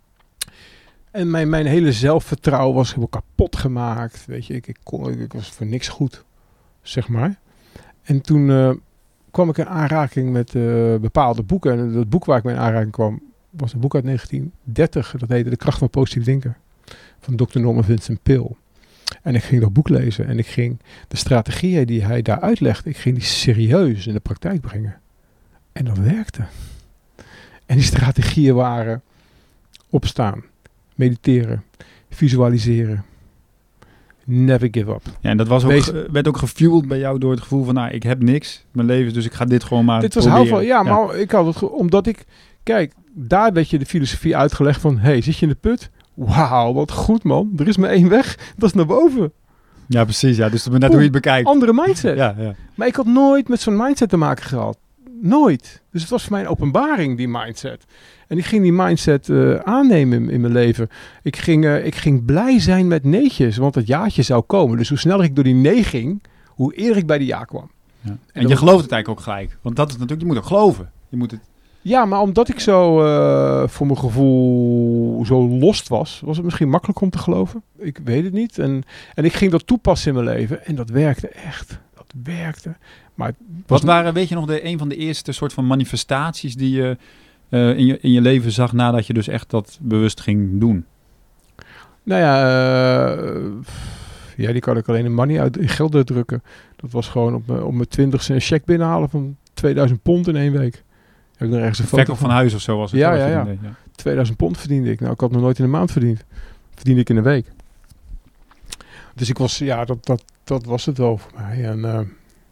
En mijn, mijn hele zelfvertrouwen was helemaal kapot gemaakt. Weet je, ik, ik, kon, ik, ik was voor niks goed, zeg maar. En toen uh, kwam ik in aanraking met uh, bepaalde boeken. En dat boek waar ik mee in aanraking kwam, was een boek uit negentien dertig. Dat heette De Kracht van Positief Denken. Van dokter Norman Vincent Peale. En ik ging dat boek lezen en ik ging de strategieën die hij daar uitlegde, ik ging die serieus in de praktijk brengen. En dat werkte. En die strategieën waren opstaan, mediteren, visualiseren, never give up. Ja, en dat was ook, Wees- ge- werd ook gefueled bij jou door het gevoel van, nou, ik heb niks, mijn leven, dus ik ga dit gewoon maar Dit was proberen. hou van, ja, maar ik had het, ge- omdat ik, kijk, daar werd je de filosofie uitgelegd van, hey, zit je in de put? Wauw, wat goed man, er is maar één weg, dat is naar boven. Ja, precies. Ja, dus net hoe je het bekijkt. Andere mindset. Ja, ja. Maar ik had nooit met zo'n mindset te maken gehad. Nooit. Dus het was voor mij een openbaring, die mindset. En ik ging die mindset uh, aannemen in, in mijn leven. Ik ging, uh, ik ging blij zijn met neetjes, want het jaartje zou komen. Dus hoe sneller ik door die nee ging, hoe eerder ik bij die ja kwam. Ja. En, En je dan- gelooft het eigenlijk ook gelijk. Want dat is natuurlijk, je moet ook geloven. Je moet het... Ja, maar omdat ik zo uh, voor mijn gevoel zo lost was, was het misschien makkelijk om te geloven. Ik weet het niet. En, en ik ging dat toepassen in mijn leven en dat werkte echt. Dat werkte. Maar het was Wat waren, weet je nog, de, een van de eerste soort van manifestaties die je, uh, in je in je leven zag nadat je dus echt dat bewust ging doen? Nou ja, uh, ja, die kan ik alleen in money uit in geld uitdrukken. Dat was gewoon op mijn, op mijn twintigste een cheque binnenhalen van tweeduizend pond in één week. Heb ik nog ergens een foto Verkoop van huis of zo was het. Ja, wat ja, je ja. toen deed, ja. tweeduizend pond verdiende ik. Nou, ik had nog nooit in een maand verdiend. Verdiende ik in een week. Dus ik was, ja, dat, dat, dat was het wel voor mij. En uh,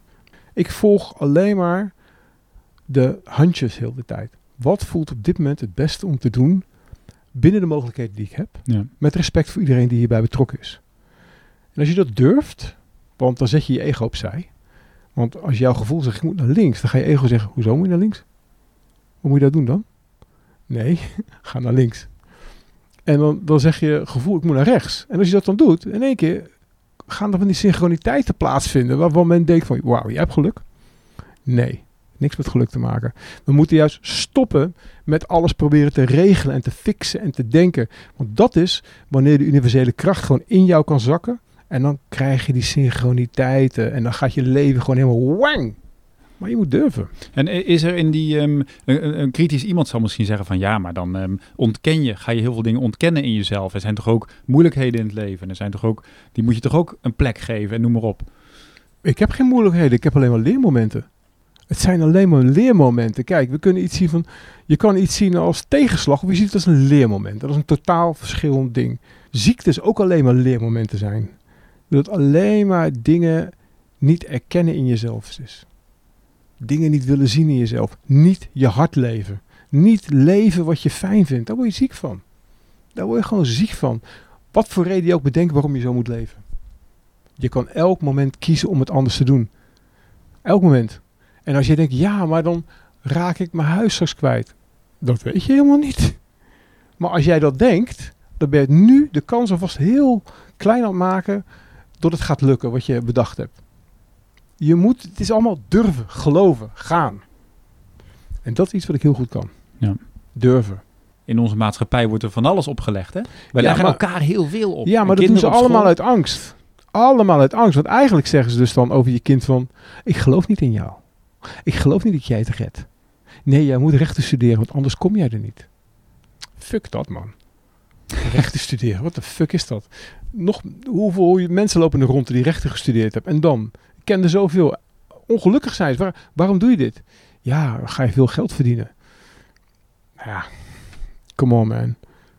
ik volg alleen maar de handjes heel de tijd. Wat voelt op dit moment het beste om te doen binnen de mogelijkheden die ik heb? Ja. Met respect voor iedereen die hierbij betrokken is. En als je dat durft, want dan zet je je ego opzij. Want als jouw gevoel zegt, ik moet naar links, dan ga je ego zeggen, hoezo moet je naar links? Hoe moet je dat doen dan? Nee, ga naar links. En dan, dan zeg je gevoel, ik moet naar rechts. En als je dat dan doet, in één keer gaan er van die synchroniteiten plaatsvinden, waarvan men denkt van, wauw, jij hebt geluk? Nee, niks met geluk te maken. We moeten juist stoppen met alles proberen te regelen en te fixen en te denken. Want dat is wanneer de universele kracht gewoon in jou kan zakken. En dan krijg je die synchroniteiten en dan gaat je leven gewoon helemaal wang. Maar je moet durven. En is er in die, um, een, een kritisch iemand zal misschien zeggen van ja, maar dan um, ontken je, ga je heel veel dingen ontkennen in jezelf. Er zijn toch ook moeilijkheden in het leven. En er zijn toch ook, die moet je toch ook een plek geven en noem maar op. Ik heb geen moeilijkheden, ik heb alleen maar leermomenten. Het zijn alleen maar leermomenten. Kijk, we kunnen iets zien van, je kan iets zien als tegenslag of je ziet het als een leermoment. Dat is een totaal verschillend ding. Ziektes ook alleen maar leermomenten zijn. Dat alleen maar dingen niet erkennen in jezelf is. Dingen niet willen zien in jezelf. Niet je hart leven. Niet leven wat je fijn vindt. Daar word je ziek van. Daar word je gewoon ziek van. Wat voor reden je ook bedenkt waarom je zo moet leven. Je kan elk moment kiezen om het anders te doen. Elk moment. En als je denkt, ja, maar dan raak ik mijn huis straks kwijt. Dat weet je helemaal niet. Maar als jij dat denkt, dan ben je nu de kans alvast heel klein aan het maken dat het gaat lukken wat je bedacht hebt. Je moet, het is allemaal durven, geloven, gaan. En dat is iets wat ik heel goed kan. Ja. Durven. In onze maatschappij wordt er van alles opgelegd, hè? Wij Ja, leggen maar- elkaar heel veel op. Ja, maar En dat doen ze kinderen op allemaal school- uit angst. Allemaal uit angst. Want eigenlijk zeggen ze dus dan over je kind van, ik geloof niet in jou. Ik geloof niet dat jij het redt. Nee, jij moet rechten studeren, want anders kom jij er niet. Fuck dat, man. Rechten studeren, wat de fuck is dat? Nog, hoeveel mensen lopen er rond die rechten gestudeerd hebben? En dan, ik ken er zoveel. Ongelukkig zijn ze. Waar, waarom doe je dit? Ja, dan ga je veel geld verdienen. Ja, come on, man.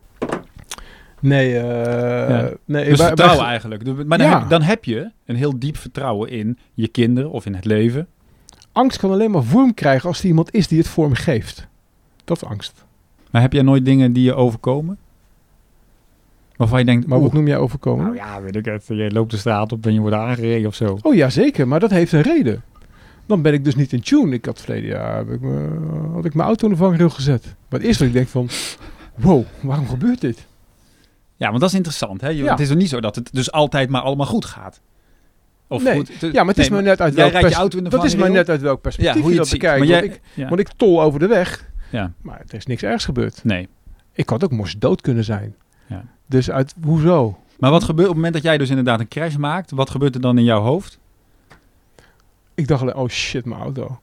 Nee, eh Ja. nee. Dus wij- vertrouwen wij- eigenlijk. Dus- Maar dan, Ja. heb, dan heb je een heel diep vertrouwen in je kinderen of in het leven. Angst kan alleen maar vorm krijgen als er iemand is die het vorm geeft. Dat is angst. Maar heb jij nooit dingen die je overkomen? Waarvan je denkt, Maar oeh, wat noem jij overkomen? nou ja, weet ik het. Je loopt de straat op en je wordt aangereden of zo. Oh ja, zeker. Maar dat heeft een reden. Dan ben ik dus niet in tune. Ik had verleden jaar heb ik me, had ik mijn auto in de vangrail gezet. Maar het eerste wat ik denk van, wow, waarom gebeurt dit? Ja, want dat is interessant. Hè? Je, Ja. Het is er niet zo dat het dus altijd maar allemaal goed gaat. Of Nee. goed, het- Ja, maar het is nee, maar net uit jij welk rijdt je pers- auto in de Dat is maar vangrail. net uit welk perspectief Ja, hoe je je dat het ziet. bekijkt. Maar Want, jij- ik, ja. want ik tol over de weg, Ja, maar er is niks ergs gebeurd. nee. Ik had ook mors dood kunnen zijn. Ja. Dus uit, hoezo? Maar wat gebeurt op het moment dat jij dus inderdaad een crash maakt? Wat gebeurt er dan in jouw hoofd? Ik dacht alleen, oh shit, mijn auto.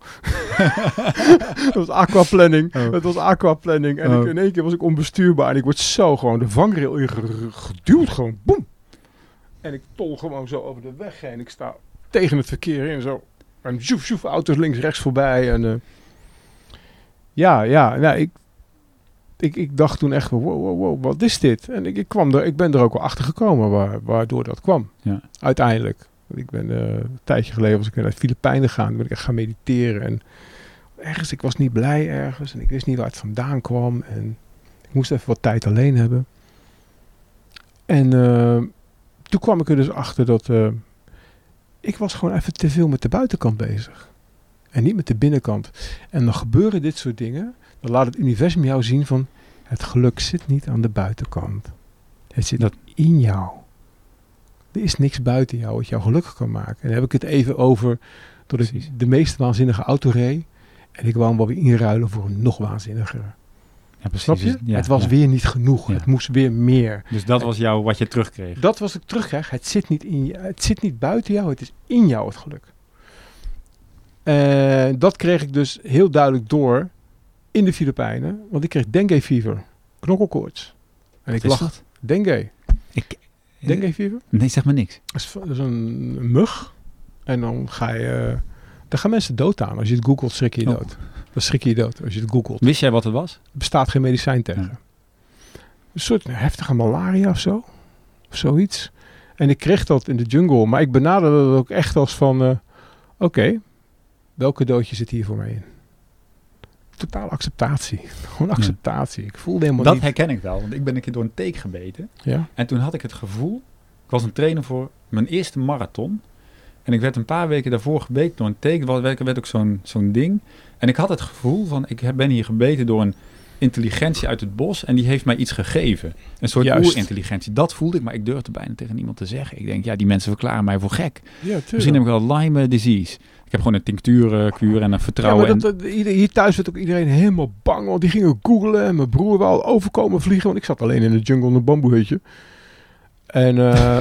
Het was aquaplanning. Oh. Het was aquaplanning. En Oh. ik, in één keer was ik onbestuurbaar. En ik word zo gewoon de vangrail in ge- geduwd. Gewoon, boem. En ik tol gewoon zo over de weg heen. Ik sta tegen het verkeer in zo. En zoef, zoef, auto's links, rechts voorbij. En, uh, ja, ja. Nou, ik, ik, ik dacht toen echt, wow, wow, wow, wat is dit? En ik, ik, kwam er, ik ben er ook wel achter gekomen waar, waardoor dat kwam. Ja. Uiteindelijk. Want ik ben uh, een tijdje geleden was ik naar de Filipijnen gegaan. Toen ben ik echt gaan mediteren. En ergens, ik was niet blij ergens. En ik wist niet waar het vandaan kwam. En ik moest even wat tijd alleen hebben. En uh, toen kwam ik er dus achter dat... Uh, ik was gewoon even te veel met de buitenkant bezig. En niet met de binnenkant. En dan gebeuren dit soort dingen. Dan laat het universum jou zien van... Het geluk zit niet aan de buitenkant. Het zit Dat- in jou. Er is niks buiten jou wat jou gelukkig kan maken. En dan heb ik het even over dat ik Precies. de meest waanzinnige auto reed. En ik wou hem wel weer inruilen voor een nog waanzinnigere. Ja, precies. Snap je? Ja, het was ja. weer niet genoeg. Ja. Het moest weer meer. Dus dat was jou wat je terugkreeg. Dat was ik terugkrijg. Het zit niet in je, het zit niet buiten jou. Het is in jou het geluk. En dat kreeg ik dus heel duidelijk door in de Filipijnen. Want ik kreeg dengue fever. Knokkelkoorts. En ik Wat is lag... dat? Dengue. Ik, Dengue fever? Nee, zeg maar niks. Dat is, dat is een, een mug. En dan ga je... Uh, daar gaan mensen dood aan. Als je het googelt, schrik je je Oh. dood. Dan schrik je je dood als je het googelt. Wist jij wat het was? Er bestaat geen medicijn tegen. Ja. Een soort heftige malaria of zo. Of zoiets. En ik kreeg dat in de jungle. Maar ik benaderde dat ook echt als van... Uh, Oké, okay, welk cadeautje zit hier voor mij in? Totale acceptatie. Gewoon acceptatie. Ja. Ik voelde helemaal dat niet... Dat herken ik wel. Want ik ben een keer door een teek gebeten. Ja? En toen had ik het gevoel... Ik was een trainer voor mijn eerste marathon. En ik werd een paar weken daarvoor gebeten door een teek. Er werd, werd ook zo'n, zo'n ding. En ik had het gevoel van... Ik ben hier gebeten door een intelligentie uit het bos. En die heeft mij iets gegeven. Een soort oerintelligentie. Dat voelde ik. Maar ik durfde bijna tegen niemand te zeggen. Ik denk, ja, die mensen verklaren mij voor gek. Ja, misschien heb ik wel Lyme disease. Ik heb gewoon een tinctuurkuur en een vertrouwen. Ja, maar dat, dat, hier thuis werd ook iedereen helemaal bang. Want die gingen googlen. En mijn broer wou overkomen vliegen. Want ik zat alleen in de jungle in een bamboehutje. En uh,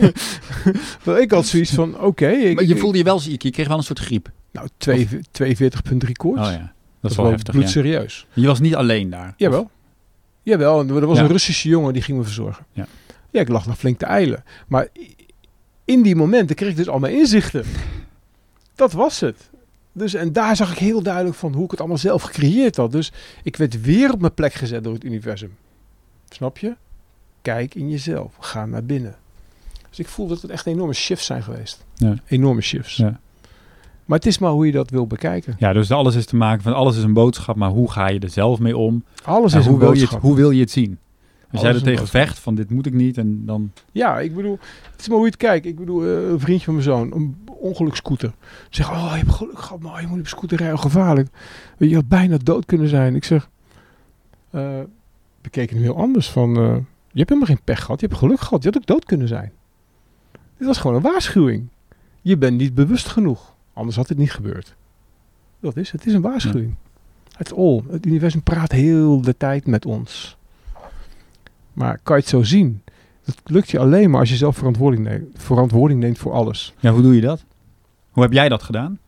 ik had zoiets van, oké. Okay, maar je voelde je wel ziek. Je kreeg wel een soort griep. Nou, tweeënveertig komma drie koorts. Oh ja, dat, dat is wel heftig. Bloedserieus. Ja. Je was niet alleen daar? Jawel. Of? Jawel, en er was ja. een Russische jongen die ging me verzorgen. Ja, ja ik lag nog flink te eilen. Maar in die momenten kreeg ik dus al mijn inzichten. Dat was het. Dus, en daar zag ik heel duidelijk van hoe ik het allemaal zelf gecreëerd had. Dus ik werd weer op mijn plek gezet door het universum. Snap je? Kijk in jezelf. Ga naar binnen. Dus ik voel dat het echt enorme shifts zijn geweest. Ja. Enorme shifts. Ja. Maar het is maar hoe je dat wil bekijken. Ja, dus alles is te maken van alles is een boodschap, maar hoe ga je er zelf mee om? Alles en is hoe een wil boodschap. Je het, hoe wil je het zien? Als alles jij er tegen boodschap. vecht van dit moet ik niet en dan... Ja, ik bedoel, het is maar hoe je het kijkt. Ik bedoel, uh, een vriendje van mijn zoon, een ongelukscooter. Zeg, oh, je hebt geluk gehad, maar je moet op scooter rijden, gevaarlijk. Je had bijna dood kunnen zijn. Ik zeg, uh, bekeken hem heel anders van... Uh, Je hebt helemaal geen pech gehad. Je hebt geluk gehad. Je had ook dood kunnen zijn. Dit was gewoon een waarschuwing. Je bent niet bewust genoeg. Anders had het niet gebeurd. Dat is het. Het is een waarschuwing. Het all. Het universum praat heel de tijd met ons. Maar kan je het zo zien? Dat lukt je alleen maar als je zelf verantwoording neemt, verantwoording neemt voor alles. Ja, hoe doe je dat? Hoe heb jij dat gedaan?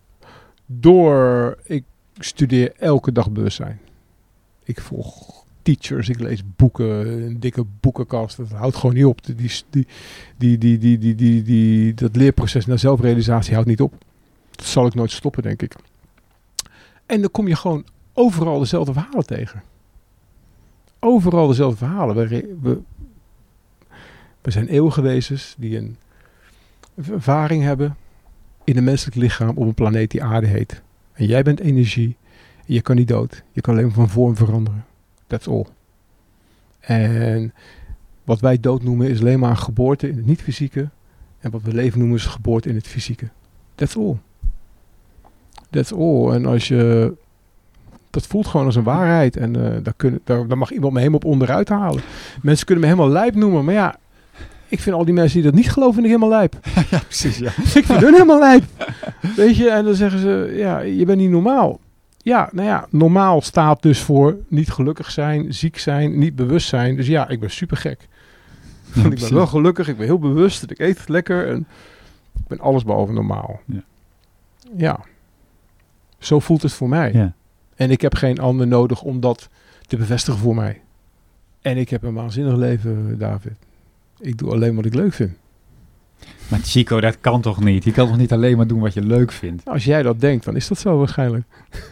Door... Ik studeer elke dag bewustzijn. Ik volg... teachers, ik lees boeken, een dikke boekenkast, dat houdt gewoon niet op. Die, die, die, die, die, die, die, die, dat leerproces naar zelfrealisatie houdt niet op. Dat zal ik nooit stoppen, denk ik. En dan kom je gewoon overal dezelfde verhalen tegen. Overal dezelfde verhalen. We, we, we zijn eeuwige wezens die een ervaring hebben in een menselijk lichaam op een planeet die aarde heet. En jij bent energie. En je kan niet dood. Je kan alleen maar van vorm veranderen. That's all. En wat wij dood noemen is alleen maar een geboorte in het niet-fysieke. En wat we leven noemen is geboorte in het fysieke. That's all. That's all. En als je... Dat voelt gewoon als een waarheid. En uh, daar, kunnen, daar, daar mag iemand me helemaal op onderuit halen. Mensen kunnen me helemaal lijp noemen. Maar ja, ik vind al die mensen die dat niet geloven, vind ik helemaal lijp. Ja, precies. Ja. Ik vind hun helemaal lijp. Weet je, en dan zeggen ze, ja, je bent niet normaal. Ja, nou ja, normaal staat dus voor niet gelukkig zijn, ziek zijn, niet bewust zijn. Dus ja, ik ben super gek. Ja, ik ben wel gelukkig, ik ben heel bewust, ik eet het lekker en ik ben alles behalve normaal. Ja. Ja, zo voelt het voor mij. Ja. En ik heb geen ander nodig om dat te bevestigen voor mij. En ik heb een waanzinnig leven, David. Ik doe alleen wat ik leuk vind. Maar Chico, dat kan toch niet? Je kan toch niet alleen maar doen wat je leuk vindt? Nou, als jij dat denkt, dan is dat zo waarschijnlijk.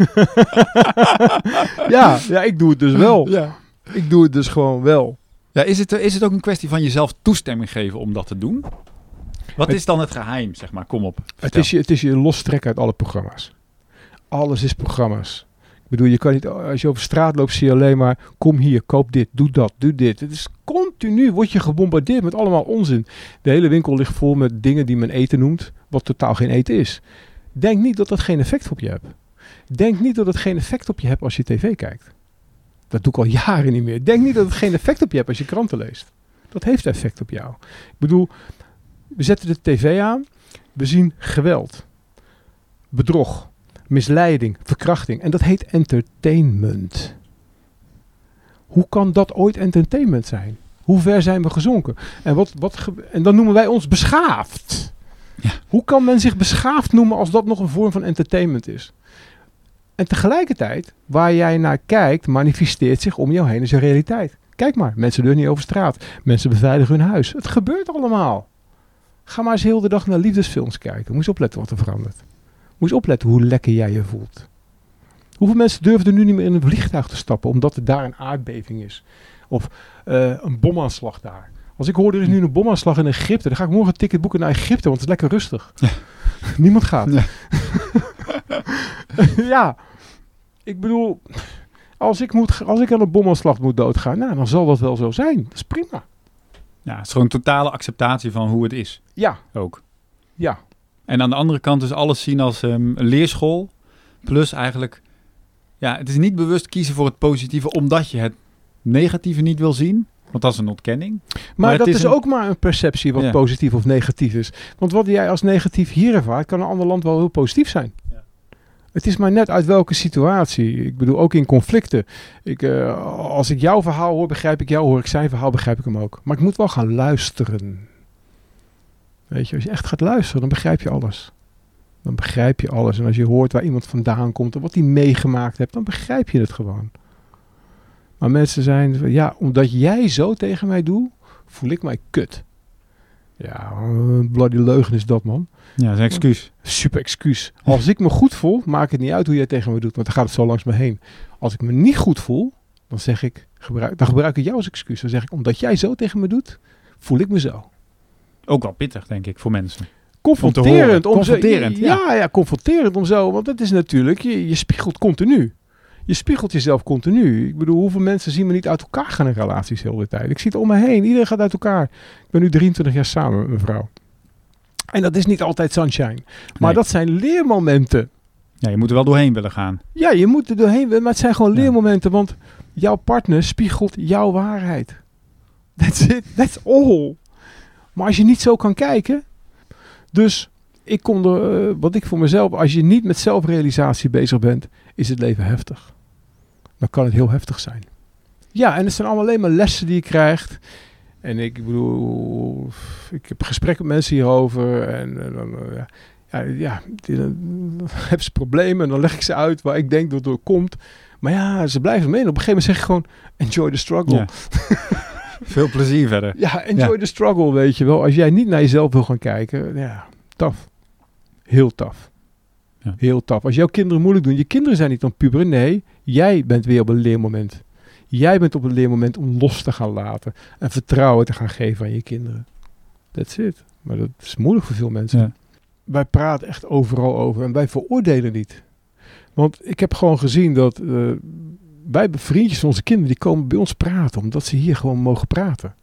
ja, ja, ik doe het dus wel. Ja. Ik doe het dus gewoon wel. Ja, is het, is het ook een kwestie van jezelf toestemming geven om dat te doen? Wat het, is dan het geheim, zeg maar? Kom op. Het is, je, het is je lostrekken uit alle programma's. Alles is programma's. Ik bedoel, je kan niet, als je over straat loopt, zie je alleen maar, kom hier, koop dit, doe dat, doe dit. Het is continu, word je gebombardeerd met allemaal onzin. De hele winkel ligt vol met dingen die men eten noemt, wat totaal geen eten is. Denk niet dat dat geen effect op je hebt. Denk niet dat het geen effect op je hebt als je tv kijkt. Dat doe ik al jaren niet meer. Denk niet dat het geen effect op je hebt als je kranten leest. Dat heeft effect op jou. Ik bedoel, we zetten de tv aan, we zien geweld, bedrog, misleiding, verkrachting. En dat heet entertainment. Hoe kan dat ooit entertainment zijn? Hoe ver zijn we gezonken? En, wat, wat ge- en dan noemen wij ons beschaafd. Ja. Hoe kan men zich beschaafd noemen als dat nog een vorm van entertainment is? En tegelijkertijd, waar jij naar kijkt, manifesteert zich om jou heen is een realiteit. Kijk maar, mensen deuren niet over straat. Mensen beveiligen hun huis. Het gebeurt allemaal. Ga maar eens heel de dag naar liefdesfilms kijken. Moet je opletten wat er verandert. Moet je opletten hoe lekker jij je voelt. Hoeveel mensen durven er nu niet meer in een vliegtuig te stappen omdat er daar een aardbeving is? Of uh, een bomaanslag daar. Als Als ik hoor, er is nu een bomaanslag in Egypte, dan ga ik morgen een ticket boeken naar Egypte, want het is lekker rustig. Ja. Niemand gaat. Ja. ja, ik bedoel, als ik, moet, als ik aan een bomaanslag moet doodgaan, nou, dan zal dat wel zo zijn. Dat is prima. Ja, het is gewoon totale acceptatie van hoe het is. Ja. Ook. Ja. En aan de andere kant dus alles zien als um, een leerschool. Plus eigenlijk, ja, het is niet bewust kiezen voor het positieve, omdat je het negatieve niet wil zien. Want dat is een ontkenning. Maar, maar dat is, is een... ook maar een perceptie wat ja. positief of negatief is. Want wat jij als negatief hier ervaart, kan een ander land wel heel positief zijn. Ja. Het is maar net uit welke situatie. Ik bedoel, ook in conflicten. Ik, uh, als ik jouw verhaal hoor, begrijp ik jou. Hoor ik zijn verhaal, begrijp ik hem ook. Maar ik moet wel gaan luisteren. Weet je, als je echt gaat luisteren, dan begrijp je alles. Dan begrijp je alles. En als je hoort waar iemand vandaan komt en wat hij meegemaakt heeft, dan begrijp je het gewoon. Maar mensen zijn, ja, omdat jij zo tegen mij doet, voel ik mij kut. Ja, een bloody leugen is dat, man. Ja, dat is een excuus. Super excuus. Als ik me goed voel, maakt het niet uit hoe jij tegen me doet, want dan gaat het zo langs me heen. Als ik me niet goed voel, dan zeg ik, gebruik, dan gebruik ik jou als excuus. Dan zeg ik, omdat jij zo tegen me doet, voel ik me zo. Ook wel pittig, denk ik, voor mensen. Confronterend. Om om confronterend, zo, ja. Ja, ja, confronterend om zo. Want dat is natuurlijk, je, je spiegelt continu. Je spiegelt jezelf continu. Ik bedoel, hoeveel mensen zien me niet uit elkaar gaan in relaties de hele tijd. Ik zie het om me heen. Iedereen gaat uit elkaar. Ik ben nu drieëntwintig jaar samen met mijn vrouw. En dat is niet altijd sunshine. Maar nee. Dat zijn leermomenten. Ja, je moet er wel doorheen willen gaan. Ja, je moet er doorheen willen. Maar het zijn gewoon ja. leermomenten. Want jouw partner spiegelt jouw waarheid. That's it. That's all. Maar als je niet zo kan kijken. Dus ik kom er, uh, wat ik voor mezelf, als je niet met zelfrealisatie bezig bent, is het leven heftig. Dan kan het heel heftig zijn. Ja, en het zijn allemaal alleen maar lessen die je krijgt. En ik bedoel, ik heb gesprekken met mensen hierover. En uh, dan, uh, ja, ja die, dan hebben ze problemen en dan leg ik ze uit waar ik denk dat het door komt. Maar ja, ze blijven mee. En op een gegeven moment zeg ik gewoon, enjoy the struggle. Ja. Veel plezier verder. Ja, enjoy ja. the struggle, weet je wel. Als jij niet naar jezelf wil gaan kijken, ja, tough. Heel tough. Ja. Heel tough. Als jouw kinderen moeilijk doen, je kinderen zijn niet dan puberen. Nee, jij bent weer op een leermoment. Jij bent op een leermoment om los te gaan laten. En vertrouwen te gaan geven aan je kinderen. That's it. Maar dat is moeilijk voor veel mensen. Ja. Wij praten echt overal over. En wij veroordelen niet. Want ik heb gewoon gezien dat Uh, wij hebben vriendjes van onze kinderen die komen bij ons praten. Omdat ze hier gewoon mogen praten.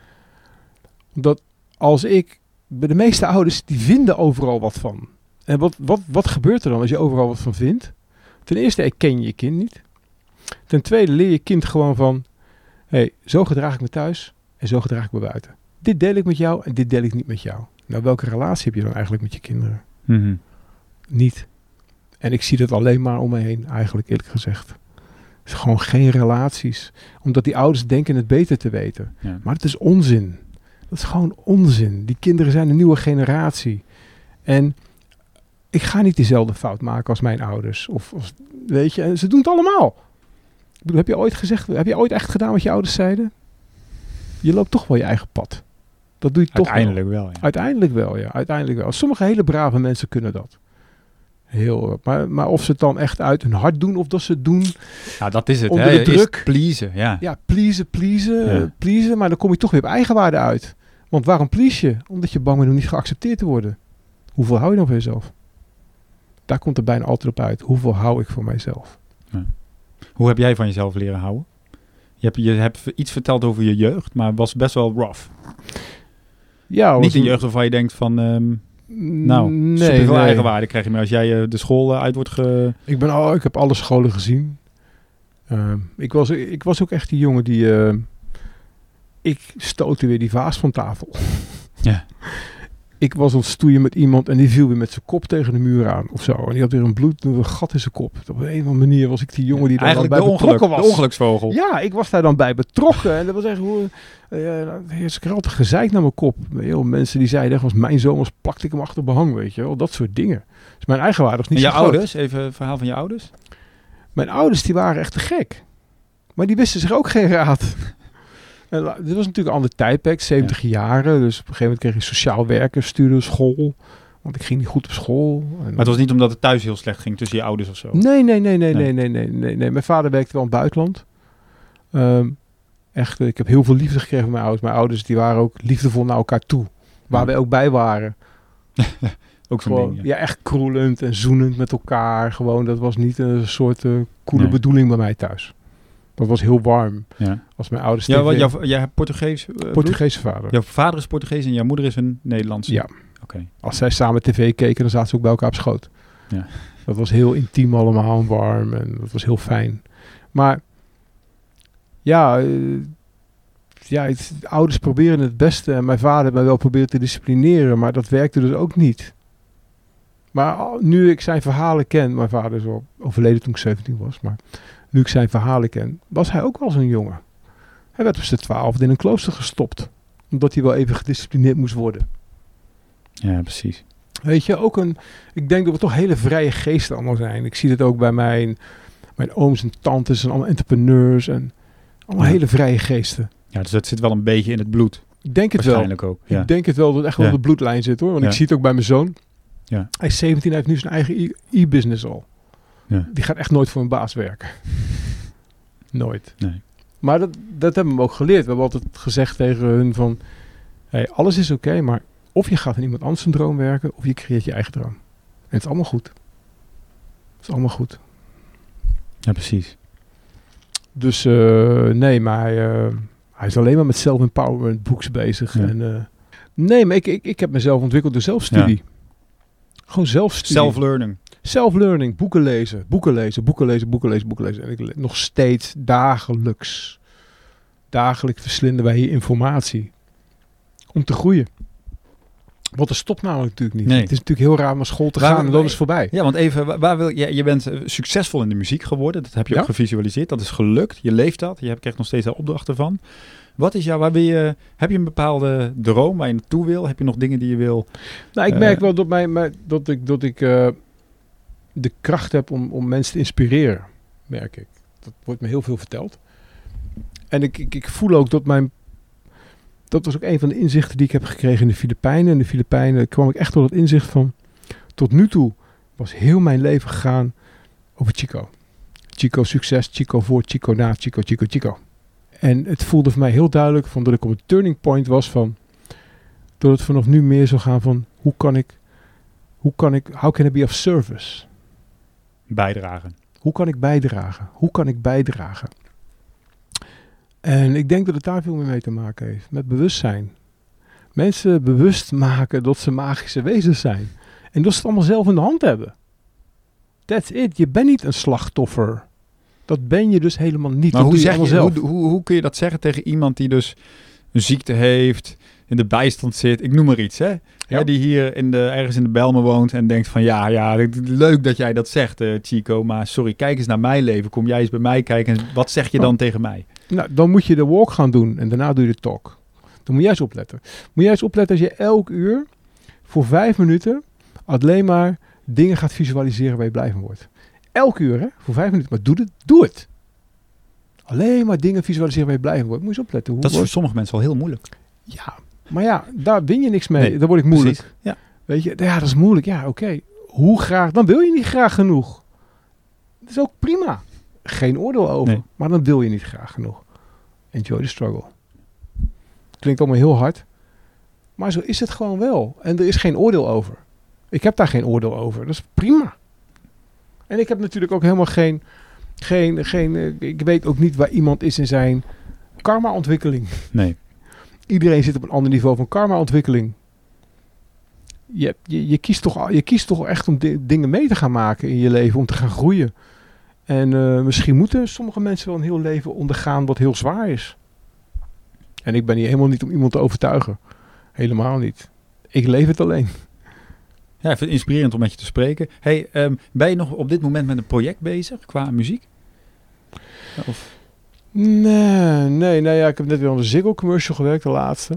Omdat als ik... Bij de meeste ouders, die vinden overal wat van. En wat, wat, wat gebeurt er dan als je overal wat van vindt? Ten eerste herken je je kind niet. Ten tweede leer je kind gewoon van... Hé, hey, zo gedraag ik me thuis en zo gedraag ik me buiten. Dit deel ik met jou en dit deel ik niet met jou. Nou, welke relatie heb je dan eigenlijk met je kinderen? Mm-hmm. Niet. En ik zie dat alleen maar om me heen, eigenlijk eerlijk gezegd. Het is gewoon geen relaties. Omdat die ouders denken het beter te weten. Ja. Maar het is onzin. Dat is gewoon onzin. Die kinderen zijn een nieuwe generatie. En ik ga niet dezelfde fout maken als mijn ouders. Of, of weet je, en ze doen het allemaal. Ik bedoel, heb je ooit gezegd, heb je ooit echt gedaan wat je ouders zeiden? Je loopt toch wel je eigen pad. Dat doe je toch Uiteindelijk wel. wel ja. Uiteindelijk wel, ja. Uiteindelijk wel. Sommige hele brave mensen kunnen dat. Heel, maar, maar of ze het dan echt uit hun hart doen of dat ze het doen. Ja, dat is het. Onder hè? de druk. Pleasen, ja. Ja, pleasen, pleasen, Ja. pleasen. Maar dan kom je toch weer op eigenwaarde uit. Want waarom please je? Omdat je bang bent om niet geaccepteerd te worden. Hoeveel hou je dan van jezelf? Daar komt het bijna altijd op uit. Hoeveel hou ik van mijzelf? Ja. Hoe heb jij van jezelf leren houden? Je hebt, je hebt iets verteld over je jeugd, maar het was best wel rough. Ja, niet een jeugd waarvan je denkt van... Um, nou, nee, superveel nee. eigenwaarde krijg je meer als jij uh, de school uh, uit wordt ge... Ik, ben al, ik heb alle scholen gezien. Uh, ik, was, ik was ook echt die jongen die... Uh, ik stootte weer die vaas van tafel. Ja. Ik was aan het stoeien met iemand en die viel weer met zijn kop tegen de muur aan of zo. En die had weer een bloed, een gat in zijn kop. Op een of andere manier was ik die jongen die daar dan bij betrokken ongeluk, was. De ongeluksvogel. Ja, ik was daar dan bij betrokken. En dat was echt hoe... Uh, ik had gezeik naar mijn kop. Heel mensen die zeiden, was mijn zoon was plakte ik hem achter behang, weet je wel. Dat soort dingen. Dus mijn eigenwaarde was niet en zo je groot. ouders? Even een verhaal van je ouders? Mijn ouders, die waren echt te gek. Maar die wisten zich ook geen raad. En, dit was natuurlijk een ander tijdperk, zeventig ja. jaren. Dus op een gegeven moment kreeg ik sociaal werken, stuurde school. Want ik ging niet goed op school. En maar het was niet omdat het thuis heel slecht ging tussen je ouders of zo? Nee, nee, nee, nee, nee, nee, nee, nee, nee. nee. Mijn vader werkte wel in het buitenland. Um, Echt, ik heb heel veel liefde gekregen van mijn ouders. Mijn ouders die waren ook liefdevol naar elkaar toe. Waar Ja. wij ook bij waren. Ook zo'n Gewoon, ding, ja. ja. echt kroelend en zoenend met elkaar. Gewoon, dat was niet een soort uh, coole Nee. bedoeling bij mij thuis. Dat was heel warm. Ja. Als mijn ouders... Ja, tegen- wat, jouw, jij hebt Portugees uh, bloed? Portugese vader. Jouw vader is Portugees en jouw moeder is een Nederlandse? Ja. Oké. Als zij samen tv keken, dan zaten ze ook bij elkaar op schoot. Ja. Dat was heel intiem allemaal en warm en dat was heel fijn. Maar ja, uh, ja het, ouders proberen het beste en mijn vader heeft mij wel proberen te disciplineren, maar dat werkte dus ook niet. Maar al- nu ik zijn verhalen ken, mijn vader is al overleden toen ik zeventien was, maar nu ik zijn verhalen ken, was hij ook wel zo'n jongen. Hij werd op zijn twaalfde in een klooster gestopt, omdat hij wel even gedisciplineerd moest worden. Ja, precies. Weet je, ook een... Ik denk dat we toch hele vrije geesten allemaal zijn. Ik zie het ook bij mijn, mijn ooms en tantes en allemaal entrepreneurs en allemaal Ja. hele vrije geesten. Ja, dus dat zit wel een beetje in het bloed. Ik denk het wel. Waarschijnlijk ook. Ja. Ik denk het wel dat het echt wel Ja. op de bloedlijn zit hoor. Want Ja. ik zie het ook bij mijn zoon. Ja. Hij is zeventien, hij heeft nu zijn eigen e- e-business al. Ja. Die gaat echt nooit voor een baas werken. Nooit. Nee. Maar dat, dat hebben we ook geleerd. We hebben altijd gezegd tegen hun van... Hey, alles is oké, maar of je gaat aan iemand anders een droom werken... of je creëert je eigen droom. En het is allemaal goed. Het is allemaal goed. Ja, precies. Dus uh, nee, maar hij, uh, hij is alleen maar met self-empowerment books bezig. Ja. En, uh, nee, maar ik, ik, ik heb mezelf ontwikkeld door zelfstudie. Ja. Gewoon zelfstudie. Self-learning. Self-learning, boeken lezen, boeken lezen, boeken lezen, boeken lezen, boeken lezen. En ik le- nog steeds dagelijks, dagelijks verslinden wij hier informatie om te groeien. Want er stopt namelijk natuurlijk niet. Nee. Het is natuurlijk heel raar om naar school te Waar- gaan en dan waar- is het voorbij. Ja, want even, waar- waar wil je, je bent eh, succesvol in de muziek geworden. Dat heb je Ja. ook gevisualiseerd. Dat is gelukt. Je leeft dat. Je hebt, krijgt nog steeds daar opdrachten van. Wat is jouw, waar wil je, heb je een bepaalde droom waar je naartoe wil? Heb je nog dingen die je wil? Nou, ik Uh, merk wel dat, mijn, mijn, dat ik, dat ik uh, de kracht heb om, om mensen te inspireren, merk ik. Dat wordt me heel veel verteld. En ik, ik, ik voel ook dat mijn... Dat was ook een van de inzichten die ik heb gekregen in de Filipijnen. In de Filipijnen kwam ik echt tot het inzicht van... Tot nu toe was heel mijn leven gegaan over Chico. Chico succes, Chico voor, Chico na, Chico, Chico, Chico. En het voelde voor mij heel duidelijk van dat ik op een turning point was van... Dat het vanaf nu meer zou gaan van... Hoe kan ik... Hoe kan ik... How can I be of service? Bijdragen. Hoe kan ik bijdragen? Hoe kan ik bijdragen? En ik denk dat het daar veel meer mee te maken heeft. Met bewustzijn. Mensen bewust maken dat ze magische wezens zijn. En dat ze het allemaal zelf in de hand hebben. That's it. Je bent niet een slachtoffer. Dat ben je dus helemaal niet. Maar dat hoe, doe je zeg je, allemaal hoe, zelf. hoe, hoe kun je dat zeggen tegen iemand die dus een ziekte heeft, in de bijstand zit, ik noem maar iets, hè? Ja. Ja, die hier in de, ergens in de Bijlmer woont en denkt van ja, ja, leuk dat jij dat zegt, uh, Chico, maar sorry, kijk eens naar mijn leven. Kom jij eens bij mij kijken en wat zeg je dan Oh. tegen mij? Nou, dan moet je de walk gaan doen en daarna doe je de talk. Dan moet jij eens opletten. Moet jij eens opletten als je elk uur voor vijf minuten alleen maar dingen gaat visualiseren waar je blij van wordt. Elk uur, hè? Voor vijf minuten. Maar doe het. Doe het. Alleen maar dingen visualiseren waar je blij van wordt. Moet je eens opletten. Hoe Dat is voor wordt- sommige mensen wel heel moeilijk. Ja, maar ja, daar win je niks mee. Nee, dan word ik moeilijk. Precies. Ja. Weet je, ja, dat is moeilijk. Ja, oké. Hoe graag? Dan wil je niet graag genoeg. Dat is ook prima. Geen oordeel over. Nee. Maar dan wil je niet graag genoeg. Enjoy the struggle. Klinkt allemaal heel hard. Maar zo is het gewoon wel. En er is geen oordeel over. Ik heb daar geen oordeel over. Dat is prima. En ik heb natuurlijk ook helemaal geen... geen, geen eh, ik weet ook niet waar iemand is in zijn karma-ontwikkeling. Nee. Iedereen zit op een ander niveau van karma-ontwikkeling. Je, je, je, kiest toch, al- je kiest toch echt om di- dingen mee te gaan maken in je leven, om te gaan groeien. En eh, misschien moeten sommige mensen wel een heel leven ondergaan wat heel zwaar is. En ik ben hier helemaal niet om iemand te overtuigen. Helemaal niet. Ik leef het alleen. Ja, ik vind het inspirerend om met je te spreken. Hey, um, ben je nog op dit moment met een project bezig qua muziek? Of... Nee, nee, nee ja, ik heb net weer aan de Ziggo commercial gewerkt, de laatste.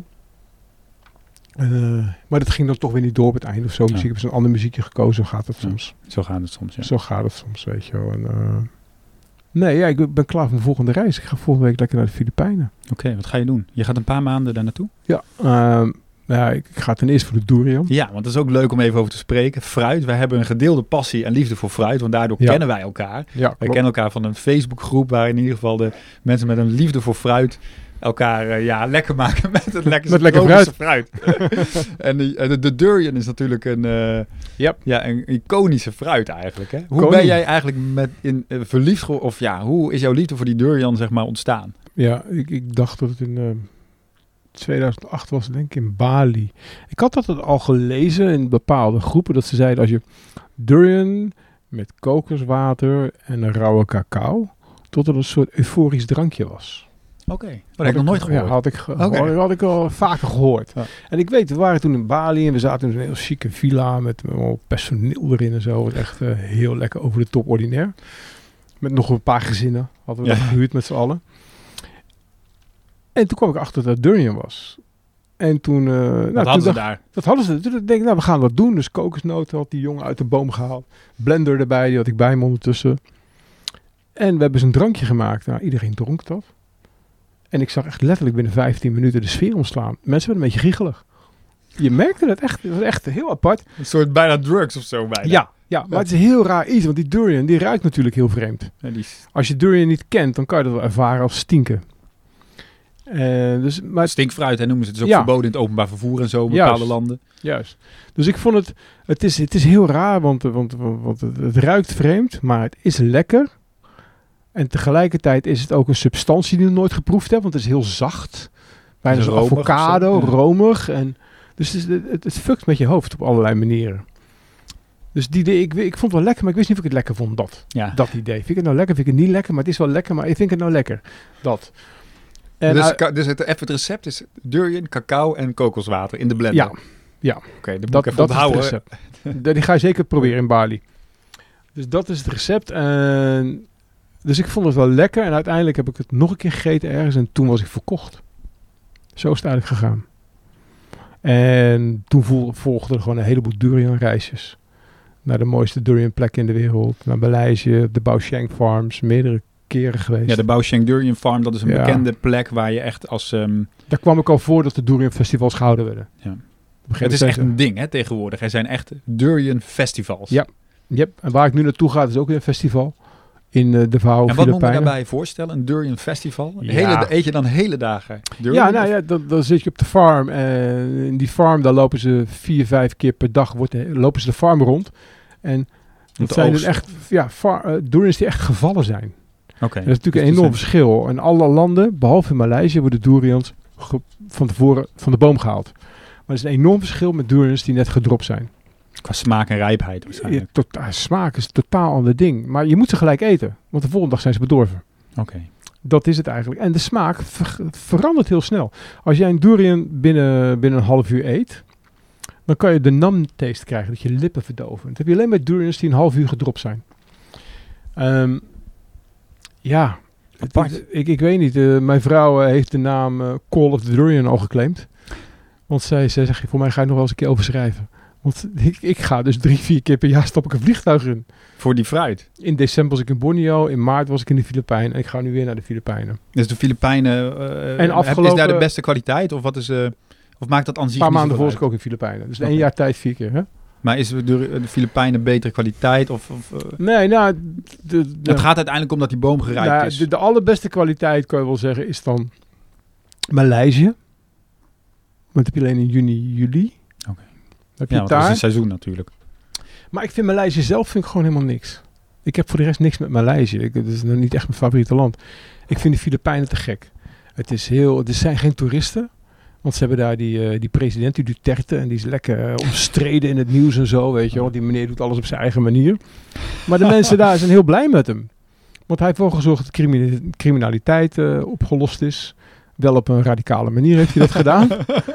Uh, maar dat ging dan toch weer niet door op het einde of zo. Ja. Muziek, ik heb zo'n ander muziekje gekozen, zo gaat het Ja. soms. Zo gaat het soms, ja. Zo gaat het soms, weet je wel. En, uh, nee, ja, ik ben klaar voor mijn volgende reis. Ik ga volgende week lekker naar de Filipijnen. Oké, okay, wat ga je doen? Je gaat een paar maanden daar naartoe? Ja, uh, ja ik, ik ga ten eerste voor de Durian. Ja, want dat is ook leuk om even over te spreken. Fruit, wij hebben een gedeelde passie en liefde voor fruit, want daardoor Ja. kennen wij elkaar. Ja, Wij kennen elkaar van een Facebookgroep waar in ieder geval de mensen met een liefde voor fruit elkaar uh, ja, lekker maken met het lekker met lekker fruit. fruit. en de, de, de durian is natuurlijk een, uh, yep. ja, een iconische fruit eigenlijk. Hè? Hoe Koning. ben jij eigenlijk met in, uh, verliefd geworden? Of ja, hoe is jouw liefde voor die durian zeg maar ontstaan? Ja, ik, ik dacht dat het in uh, tweeduizend acht was, denk ik, in Bali. Ik had dat al gelezen in bepaalde groepen, dat ze zeiden als je durian met kokoswater en een rauwe cacao, tot het een soort euforisch drankje was. Oké, okay. Dat heb ik nog nooit gehoord. Ja, had ik, ge- okay. had ik al vaker gehoord. Ja. En ik weet, we waren toen in Bali en we zaten in een heel chique villa met wel personeel erin en zo. Echt uh, heel lekker over de top ordinair. Met nog een paar gezinnen hadden we ja. dat gehuurd met z'n allen. En toen kwam ik achter dat het durian was. En toen... Uh, nou, dat toen hadden ze dacht, daar. Dat hadden ze. Toen denk ik, nou, we gaan wat doen. Dus kokosnoten had die jongen uit de boom gehaald. Blender erbij, die had ik bij me ondertussen. En we hebben zo'n drankje gemaakt. Nou, iedereen dronk dat. En ik zag echt letterlijk binnen vijftien minuten de sfeer ontslaan. Mensen werden een beetje giechelig. Je merkte het echt. Het was echt heel apart. Een soort bijna drugs of zo bijna. Ja, ja, maar ja. Het is heel raar iets. Want die durian, die ruikt natuurlijk heel vreemd. Ja, die is... Als je durian niet kent, dan kan je dat wel ervaren als stinken. Uh, dus, maar stinkfruit, hè, noemen ze het. Het is ook ja. verboden in het openbaar vervoer en zo in bepaalde Juist. landen. Juist. Dus ik vond het... Het is, het is heel raar, want, want, want, want het, het ruikt vreemd, maar het is lekker. En tegelijkertijd is het ook een substantie die je nooit geproefd hebt, want het is heel zacht. Bijna zo'n avocado, ja. romig. En, dus het, het, het, het fuckt met je hoofd op allerlei manieren. Dus die idee, ik, ik vond het wel lekker, maar ik wist niet of ik het lekker vond, dat. Ja. Dat idee. Vind ik het nou lekker, vind ik het niet lekker, maar het is wel lekker, maar ik vind het nou lekker. Dat. En dus, uh, dus het, even het recept is durian, cacao en kokoswater in de blender? Ja. ja. Oké, okay, dat, dat onthouden. Is het recept. Die ga je zeker proberen in Bali. Dus dat is het recept. En... Dus ik vond het wel lekker en uiteindelijk heb ik het nog een keer gegeten ergens en toen was ik verkocht. Zo is het eigenlijk gegaan. En toen vol- volgden er gewoon een heleboel durian reisjes. Naar de mooiste durian plekken in de wereld. Naar Maleisië, de Baosheng Farms, meerdere keren geweest. Ja, de Baosheng Durian Farm, dat is een ja. bekende plek waar je echt als... Um... Daar kwam ik al voor dat de durian festivals gehouden werden. Ja. Het is echt een ding hè, tegenwoordig. Er zijn echt durian festivals. Ja, yep. En waar ik nu naartoe ga is ook weer een festival. In uh, de Vouw, en wat moet je daarbij voorstellen? Een durian festival? Ja. Hele, eet je dan hele dagen durian? Ja, nou ja, dan, dan zit je op de farm. En in die farm, daar lopen ze vier, vijf keer per dag wordt de, lopen ze de farm rond. En dat zijn dus echt, ja, far, uh, durians die echt gevallen zijn. Oké. Okay. Dat is natuurlijk dus een enorm verschil. In alle landen, behalve in Maleisië, worden durians ge- van tevoren van de boom gehaald. Maar er is een enorm verschil met durians die net gedropt zijn. Qua smaak en rijpheid waarschijnlijk. Ja, tota- smaak is een totaal ander ding. Maar je moet ze gelijk eten. Want de volgende dag zijn ze bedorven. Oké. Okay. Dat is het eigenlijk. En de smaak ver- verandert heel snel. Als jij een durian binnen, binnen een half uur eet, dan kan je de nam taste krijgen. Dat je lippen verdoven. Dat heb je alleen met durians die een half uur gedropt zijn. Um, ja. Apart. Ik, ik weet niet. Uh, mijn vrouw uh, heeft de naam uh, Call of the Durian al geclaimd. Want zij, zij zegt, voor mij ga je nog wel eens een keer over schrijven. Want ik, ik ga dus drie, vier keer per jaar stap ik een vliegtuig in. Voor die fruit? In december was ik in Borneo. In maart was ik in de Filipijnen. En ik ga nu weer naar de Filipijnen. Dus de Filipijnen... Uh, en afgelopen... Is daar de beste kwaliteit? Of, wat is, uh, of maakt dat aan zich Een paar niet maanden voor was ik ook in de Filipijnen. Dus okay. één jaar tijd vier keer. Hè? Maar is de, de Filipijnen betere kwaliteit? Of, of, uh... Nee, nou... De, de, het gaat uiteindelijk om dat die boom gerijpt nou, is. De, de allerbeste kwaliteit, kan je wel zeggen, is dan Maleisië. Want heb je alleen in juni, juli. Oké. Heb je ja, want daar. dat is een seizoen natuurlijk. Maar ik vind Maleisië zelf vind ik gewoon helemaal niks. Ik heb voor de rest niks met Maleisië. Ik, het is nog niet echt mijn favoriete land. Ik vind de Filipijnen te gek. Het is heel... Er zijn geen toeristen. Want ze hebben daar die, uh, die president, die Duterte. En die is lekker uh, omstreden in het nieuws en zo, weet je wel. Want die meneer doet alles op zijn eigen manier. Maar de mensen daar zijn heel blij met hem. Want hij heeft wel gezorgd dat crimine- criminaliteit uh, opgelost is. Wel op een radicale manier heeft hij dat gedaan.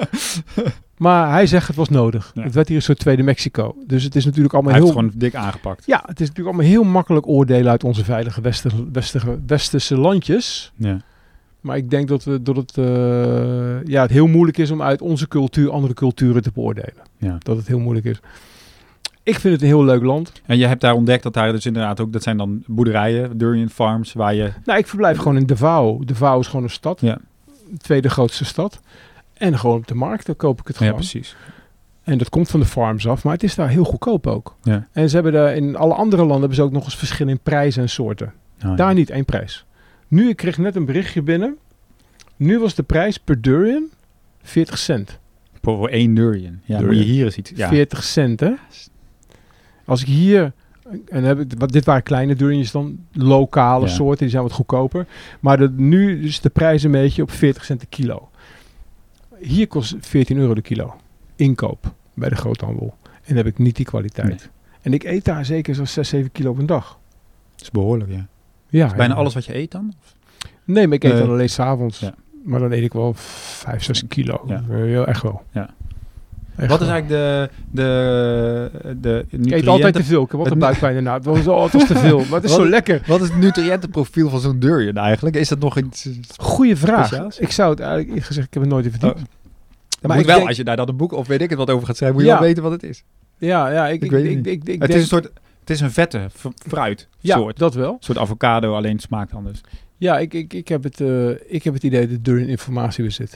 Maar hij zegt het was nodig. Ja. Het werd hier een soort tweede Mexico. Dus het is natuurlijk allemaal hij heel... Hij heeft gewoon dik aangepakt. Ja, het is natuurlijk allemaal heel makkelijk oordelen uit onze veilige westerse, westerse, westerse landjes. Ja. Maar ik denk dat, we, dat het, uh, ja, het heel moeilijk is om uit onze cultuur andere culturen te beoordelen. Ja. Dat het heel moeilijk is. Ik vind het een heel leuk land. En je hebt daar ontdekt dat daar dus inderdaad ook... Dat zijn dan boerderijen, durian farms, waar je... Nou, ik verblijf gewoon in Davao. Davao is gewoon een stad. Ja. De tweede grootste stad. En gewoon op de markt, daar koop ik het gewoon. Ja, precies. En dat komt van de farms af, maar het is daar heel goedkoop ook. Ja. En ze hebben daar in alle andere landen hebben ze ook nog eens verschil in prijzen en soorten. Oh, daar ja. niet één prijs. Nu, ik kreeg net een berichtje binnen. Nu was de prijs per durian veertig cent. Voor één durian. Ja, Durian. moet je hier eens iets... Ja. veertig cent, hè? Als ik hier... En heb ik, wat, dit waren kleine durians dan, lokale Ja. soorten, die zijn wat goedkoper. Maar de, nu is de prijs een beetje op veertig cent de kilo. Hier kost veertien euro de kilo. Inkoop bij de groothandel. En dan heb ik niet die kwaliteit. Nee. En ik eet daar zeker zo'n zes, zeven kilo op een dag. Dat is behoorlijk, ja. Ja, Is bijna ja. alles wat je eet dan? Nee, maar ik eet Nee. dan alleen s'avonds. Ja. Maar dan eet ik wel vijf, zes kilo. Ja. Ja. Heel, echt wel. Ja. Echt Wat is wel. eigenlijk de, de, de Ik eet altijd te veel. Ik heb altijd Het- buikpijn daarna. Het was altijd te veel. Maar het is Wat- zo lekker. Wat is het nutriëntenprofiel van zo'n durian eigenlijk? Is dat nog iets... Goeie vraag. Speciaals? Ik zou het eigenlijk eerlijk gezegd, ik heb het nooit in verdiept. Oh. Maar Maar ik wel, denk- als je daar dan een boek of weet ik het wat over gaat schrijven, moet je Ja. wel weten wat het is. Ja, ja, ik, Ik ik, weet ik, het ik, ik, ik het denk, is een soort... Het is een vette f- fruit ja, soort. dat wel. Een soort avocado, alleen het smaakt anders. Ja, ik, ik, ik, heb het, uh, ik heb het idee dat durian informatie bezit.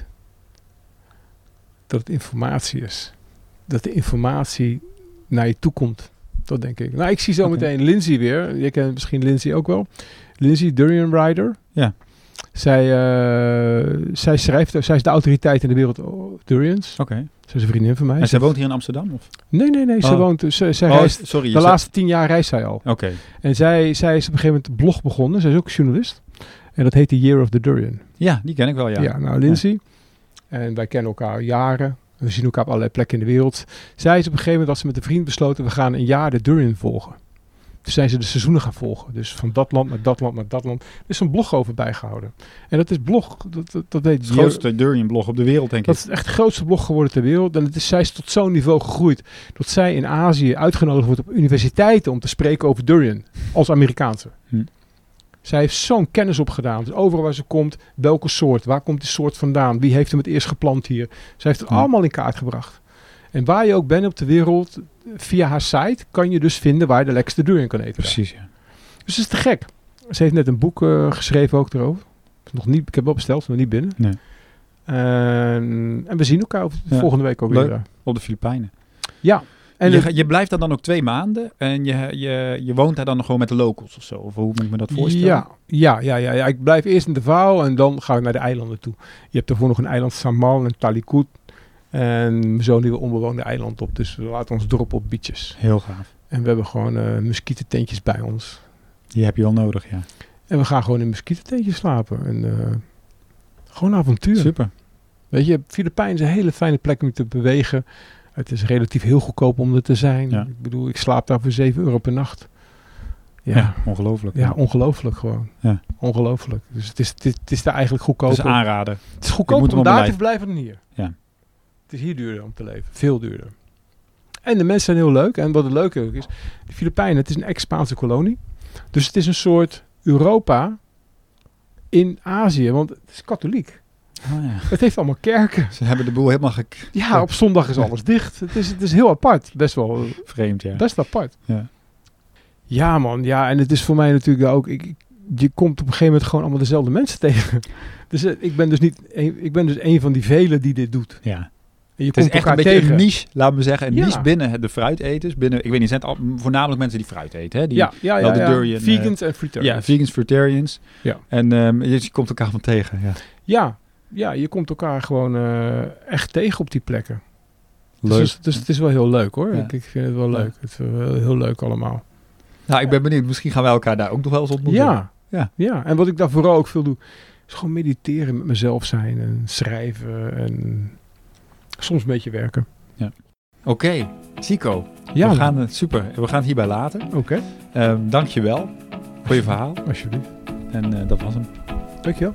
Dat het informatie is. Dat de informatie naar je toe komt. Dat denk ik. Nou, ik zie zo Oké. meteen Lindsay weer. Je kent misschien Lindsay ook wel. Lindsay, Durian Rider. Ja. Zij, uh, zij schrijft, zij is de autoriteit in de wereld oh, Durians. Oké. Zij is een vriendin van mij. En zij woont hier in Amsterdam? Of? Nee, nee, nee. Ze Oh. woont, ze, zij Oh, reist, sorry. je de zei- laatste tien jaar reist zij al. Oké. En zij, zij is op een gegeven moment een blog begonnen. Zij is ook journalist. En dat heet The Year of the Durian. Ja, die ken ik wel, ja. Ja, nou Lindsay. En wij kennen elkaar jaren. We zien elkaar op allerlei plekken in de wereld. Zij is op een gegeven moment, als ze met een vriend besloten, we gaan een jaar de Durian volgen. Dus zijn ze de seizoenen gaan volgen. Dus van dat land naar dat land naar dat land. Er is een blog over bijgehouden. En dat is blog, dat, dat, dat weet Het grootste durian blog op de wereld, denk ik. dat is echt het grootste blog geworden ter wereld. En het is, zij is tot zo'n niveau gegroeid. Dat zij in Azië uitgenodigd wordt op universiteiten om te spreken over durian. Als Amerikaanse. Hm. Zij heeft zo'n kennis opgedaan. Dus overal waar ze komt, welke soort, waar komt die soort vandaan, wie heeft hem het eerst geplant hier. Zij heeft het Hm. allemaal in kaart gebracht. En waar je ook bent op de wereld, via haar site, kan je dus vinden waar je de lekkerste durian kan eten. daar. Precies, ja. Dus het is te gek. Ze heeft net een boek uh, geschreven ook erover. Nog niet, ik heb wel besteld, nog niet binnen. Nee. En, en we zien elkaar over- Ja. volgende week ook Leuk. weer. Op de Filipijnen. Ja. En En je, het- ga- je blijft daar dan ook twee maanden en je, je, je woont daar dan gewoon met de locals of zo? Of hoe moet ik me dat voorstellen? Ja, ja, ja, ja, ja. Ik blijf eerst in Davao en dan ga ik naar de eilanden toe. Je hebt daarvoor nog een eiland Samal en Talikut. En mijn zoon die wil onbewoonde eiland op. Dus we laten ons droppen op beaches. Heel gaaf. En we hebben gewoon uh, muskietententjes bij ons. Die heb je wel nodig, ja. En we gaan gewoon in muskietententjes slapen. En uh, gewoon avontuur. Super. Weet je, Filipijnen is een hele fijne plek om je te bewegen. Het is relatief heel goedkoop om er te zijn. Ja. Ik bedoel, ik slaap daar voor zeven euro per nacht. Ja, Ja, ongelooflijk. ja ongelooflijk gewoon. Ja. Ongelooflijk. Dus het is, het, is, het is daar eigenlijk goedkoper. Dus aanraden. Het is goedkoper moet er om wel daar te blijven. verblijven dan hier. Ja. Het is hier duurder om te leven. Veel duurder. En de mensen zijn heel leuk. En wat het leuke ook is, de Filipijnen, het is een ex-Spaanse kolonie. Dus het is een soort Europa in Azië. Want het is katholiek. Oh, ja. Het heeft allemaal kerken. Ze hebben de boel helemaal gek... Ja, op zondag is alles dicht. Het is, het is heel apart. Best wel vreemd, ja. best apart. Ja. Ja man, ja. En het is voor mij natuurlijk ook... Ik, ik- je komt op een gegeven moment gewoon allemaal dezelfde mensen tegen. Dus eh, ik ben dus niet... Een, ik ben dus een van die velen die dit doet. ja. En je Het is komt echt een elkaar beetje tegen. een niche, laten we zeggen. Een Ja. niche binnen de fruiteters. Binnen, ik weet niet, zijn het al, voornamelijk mensen die fruit eten, hè? Die, Ja, ja, wel ja. de ja. durian, Vegans en ja, fruitarians. vegans, fruitarians. Ja. En um, je, je komt elkaar van tegen, ja. Ja, ja, je komt elkaar gewoon uh, echt tegen op die plekken. Leuk. Dus, dus het is wel heel leuk hoor. Ja. Ik, ik vind het wel Ja. leuk. Het is wel heel, heel leuk allemaal. Nou, ik ben benieuwd. Misschien gaan wij elkaar daar ook nog wel eens ontmoeten. Ja, Ja. ja. En wat ik daar vooral ook veel doe, is gewoon mediteren met mezelf zijn en schrijven en soms een beetje werken. Oké, okay. Zico. Ja, We gaan het super. We gaan het hierbij laten. oké. Okay. Um, Dank je wel voor je verhaal. Alsjeblieft. En uh, dat was hem. Dankjewel.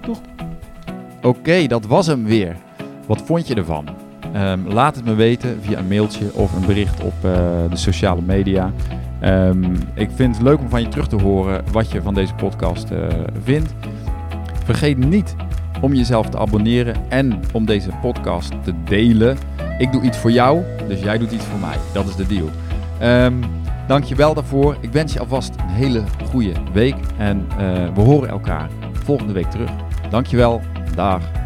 Oké, okay, dat was hem weer. Wat vond je ervan? Um, laat het me weten via een mailtje of een bericht op uh, de sociale media. Um, ik vind het leuk om van je terug te horen wat je van deze podcast uh, vindt. Vergeet niet om jezelf te abonneren en om deze podcast te delen. Ik doe iets voor jou, dus jij doet iets voor mij. Dat is de deal. Um, Dank je wel daarvoor. Ik wens je alvast een hele goede week. En uh, we horen elkaar volgende week terug. Dank je wel. Dag.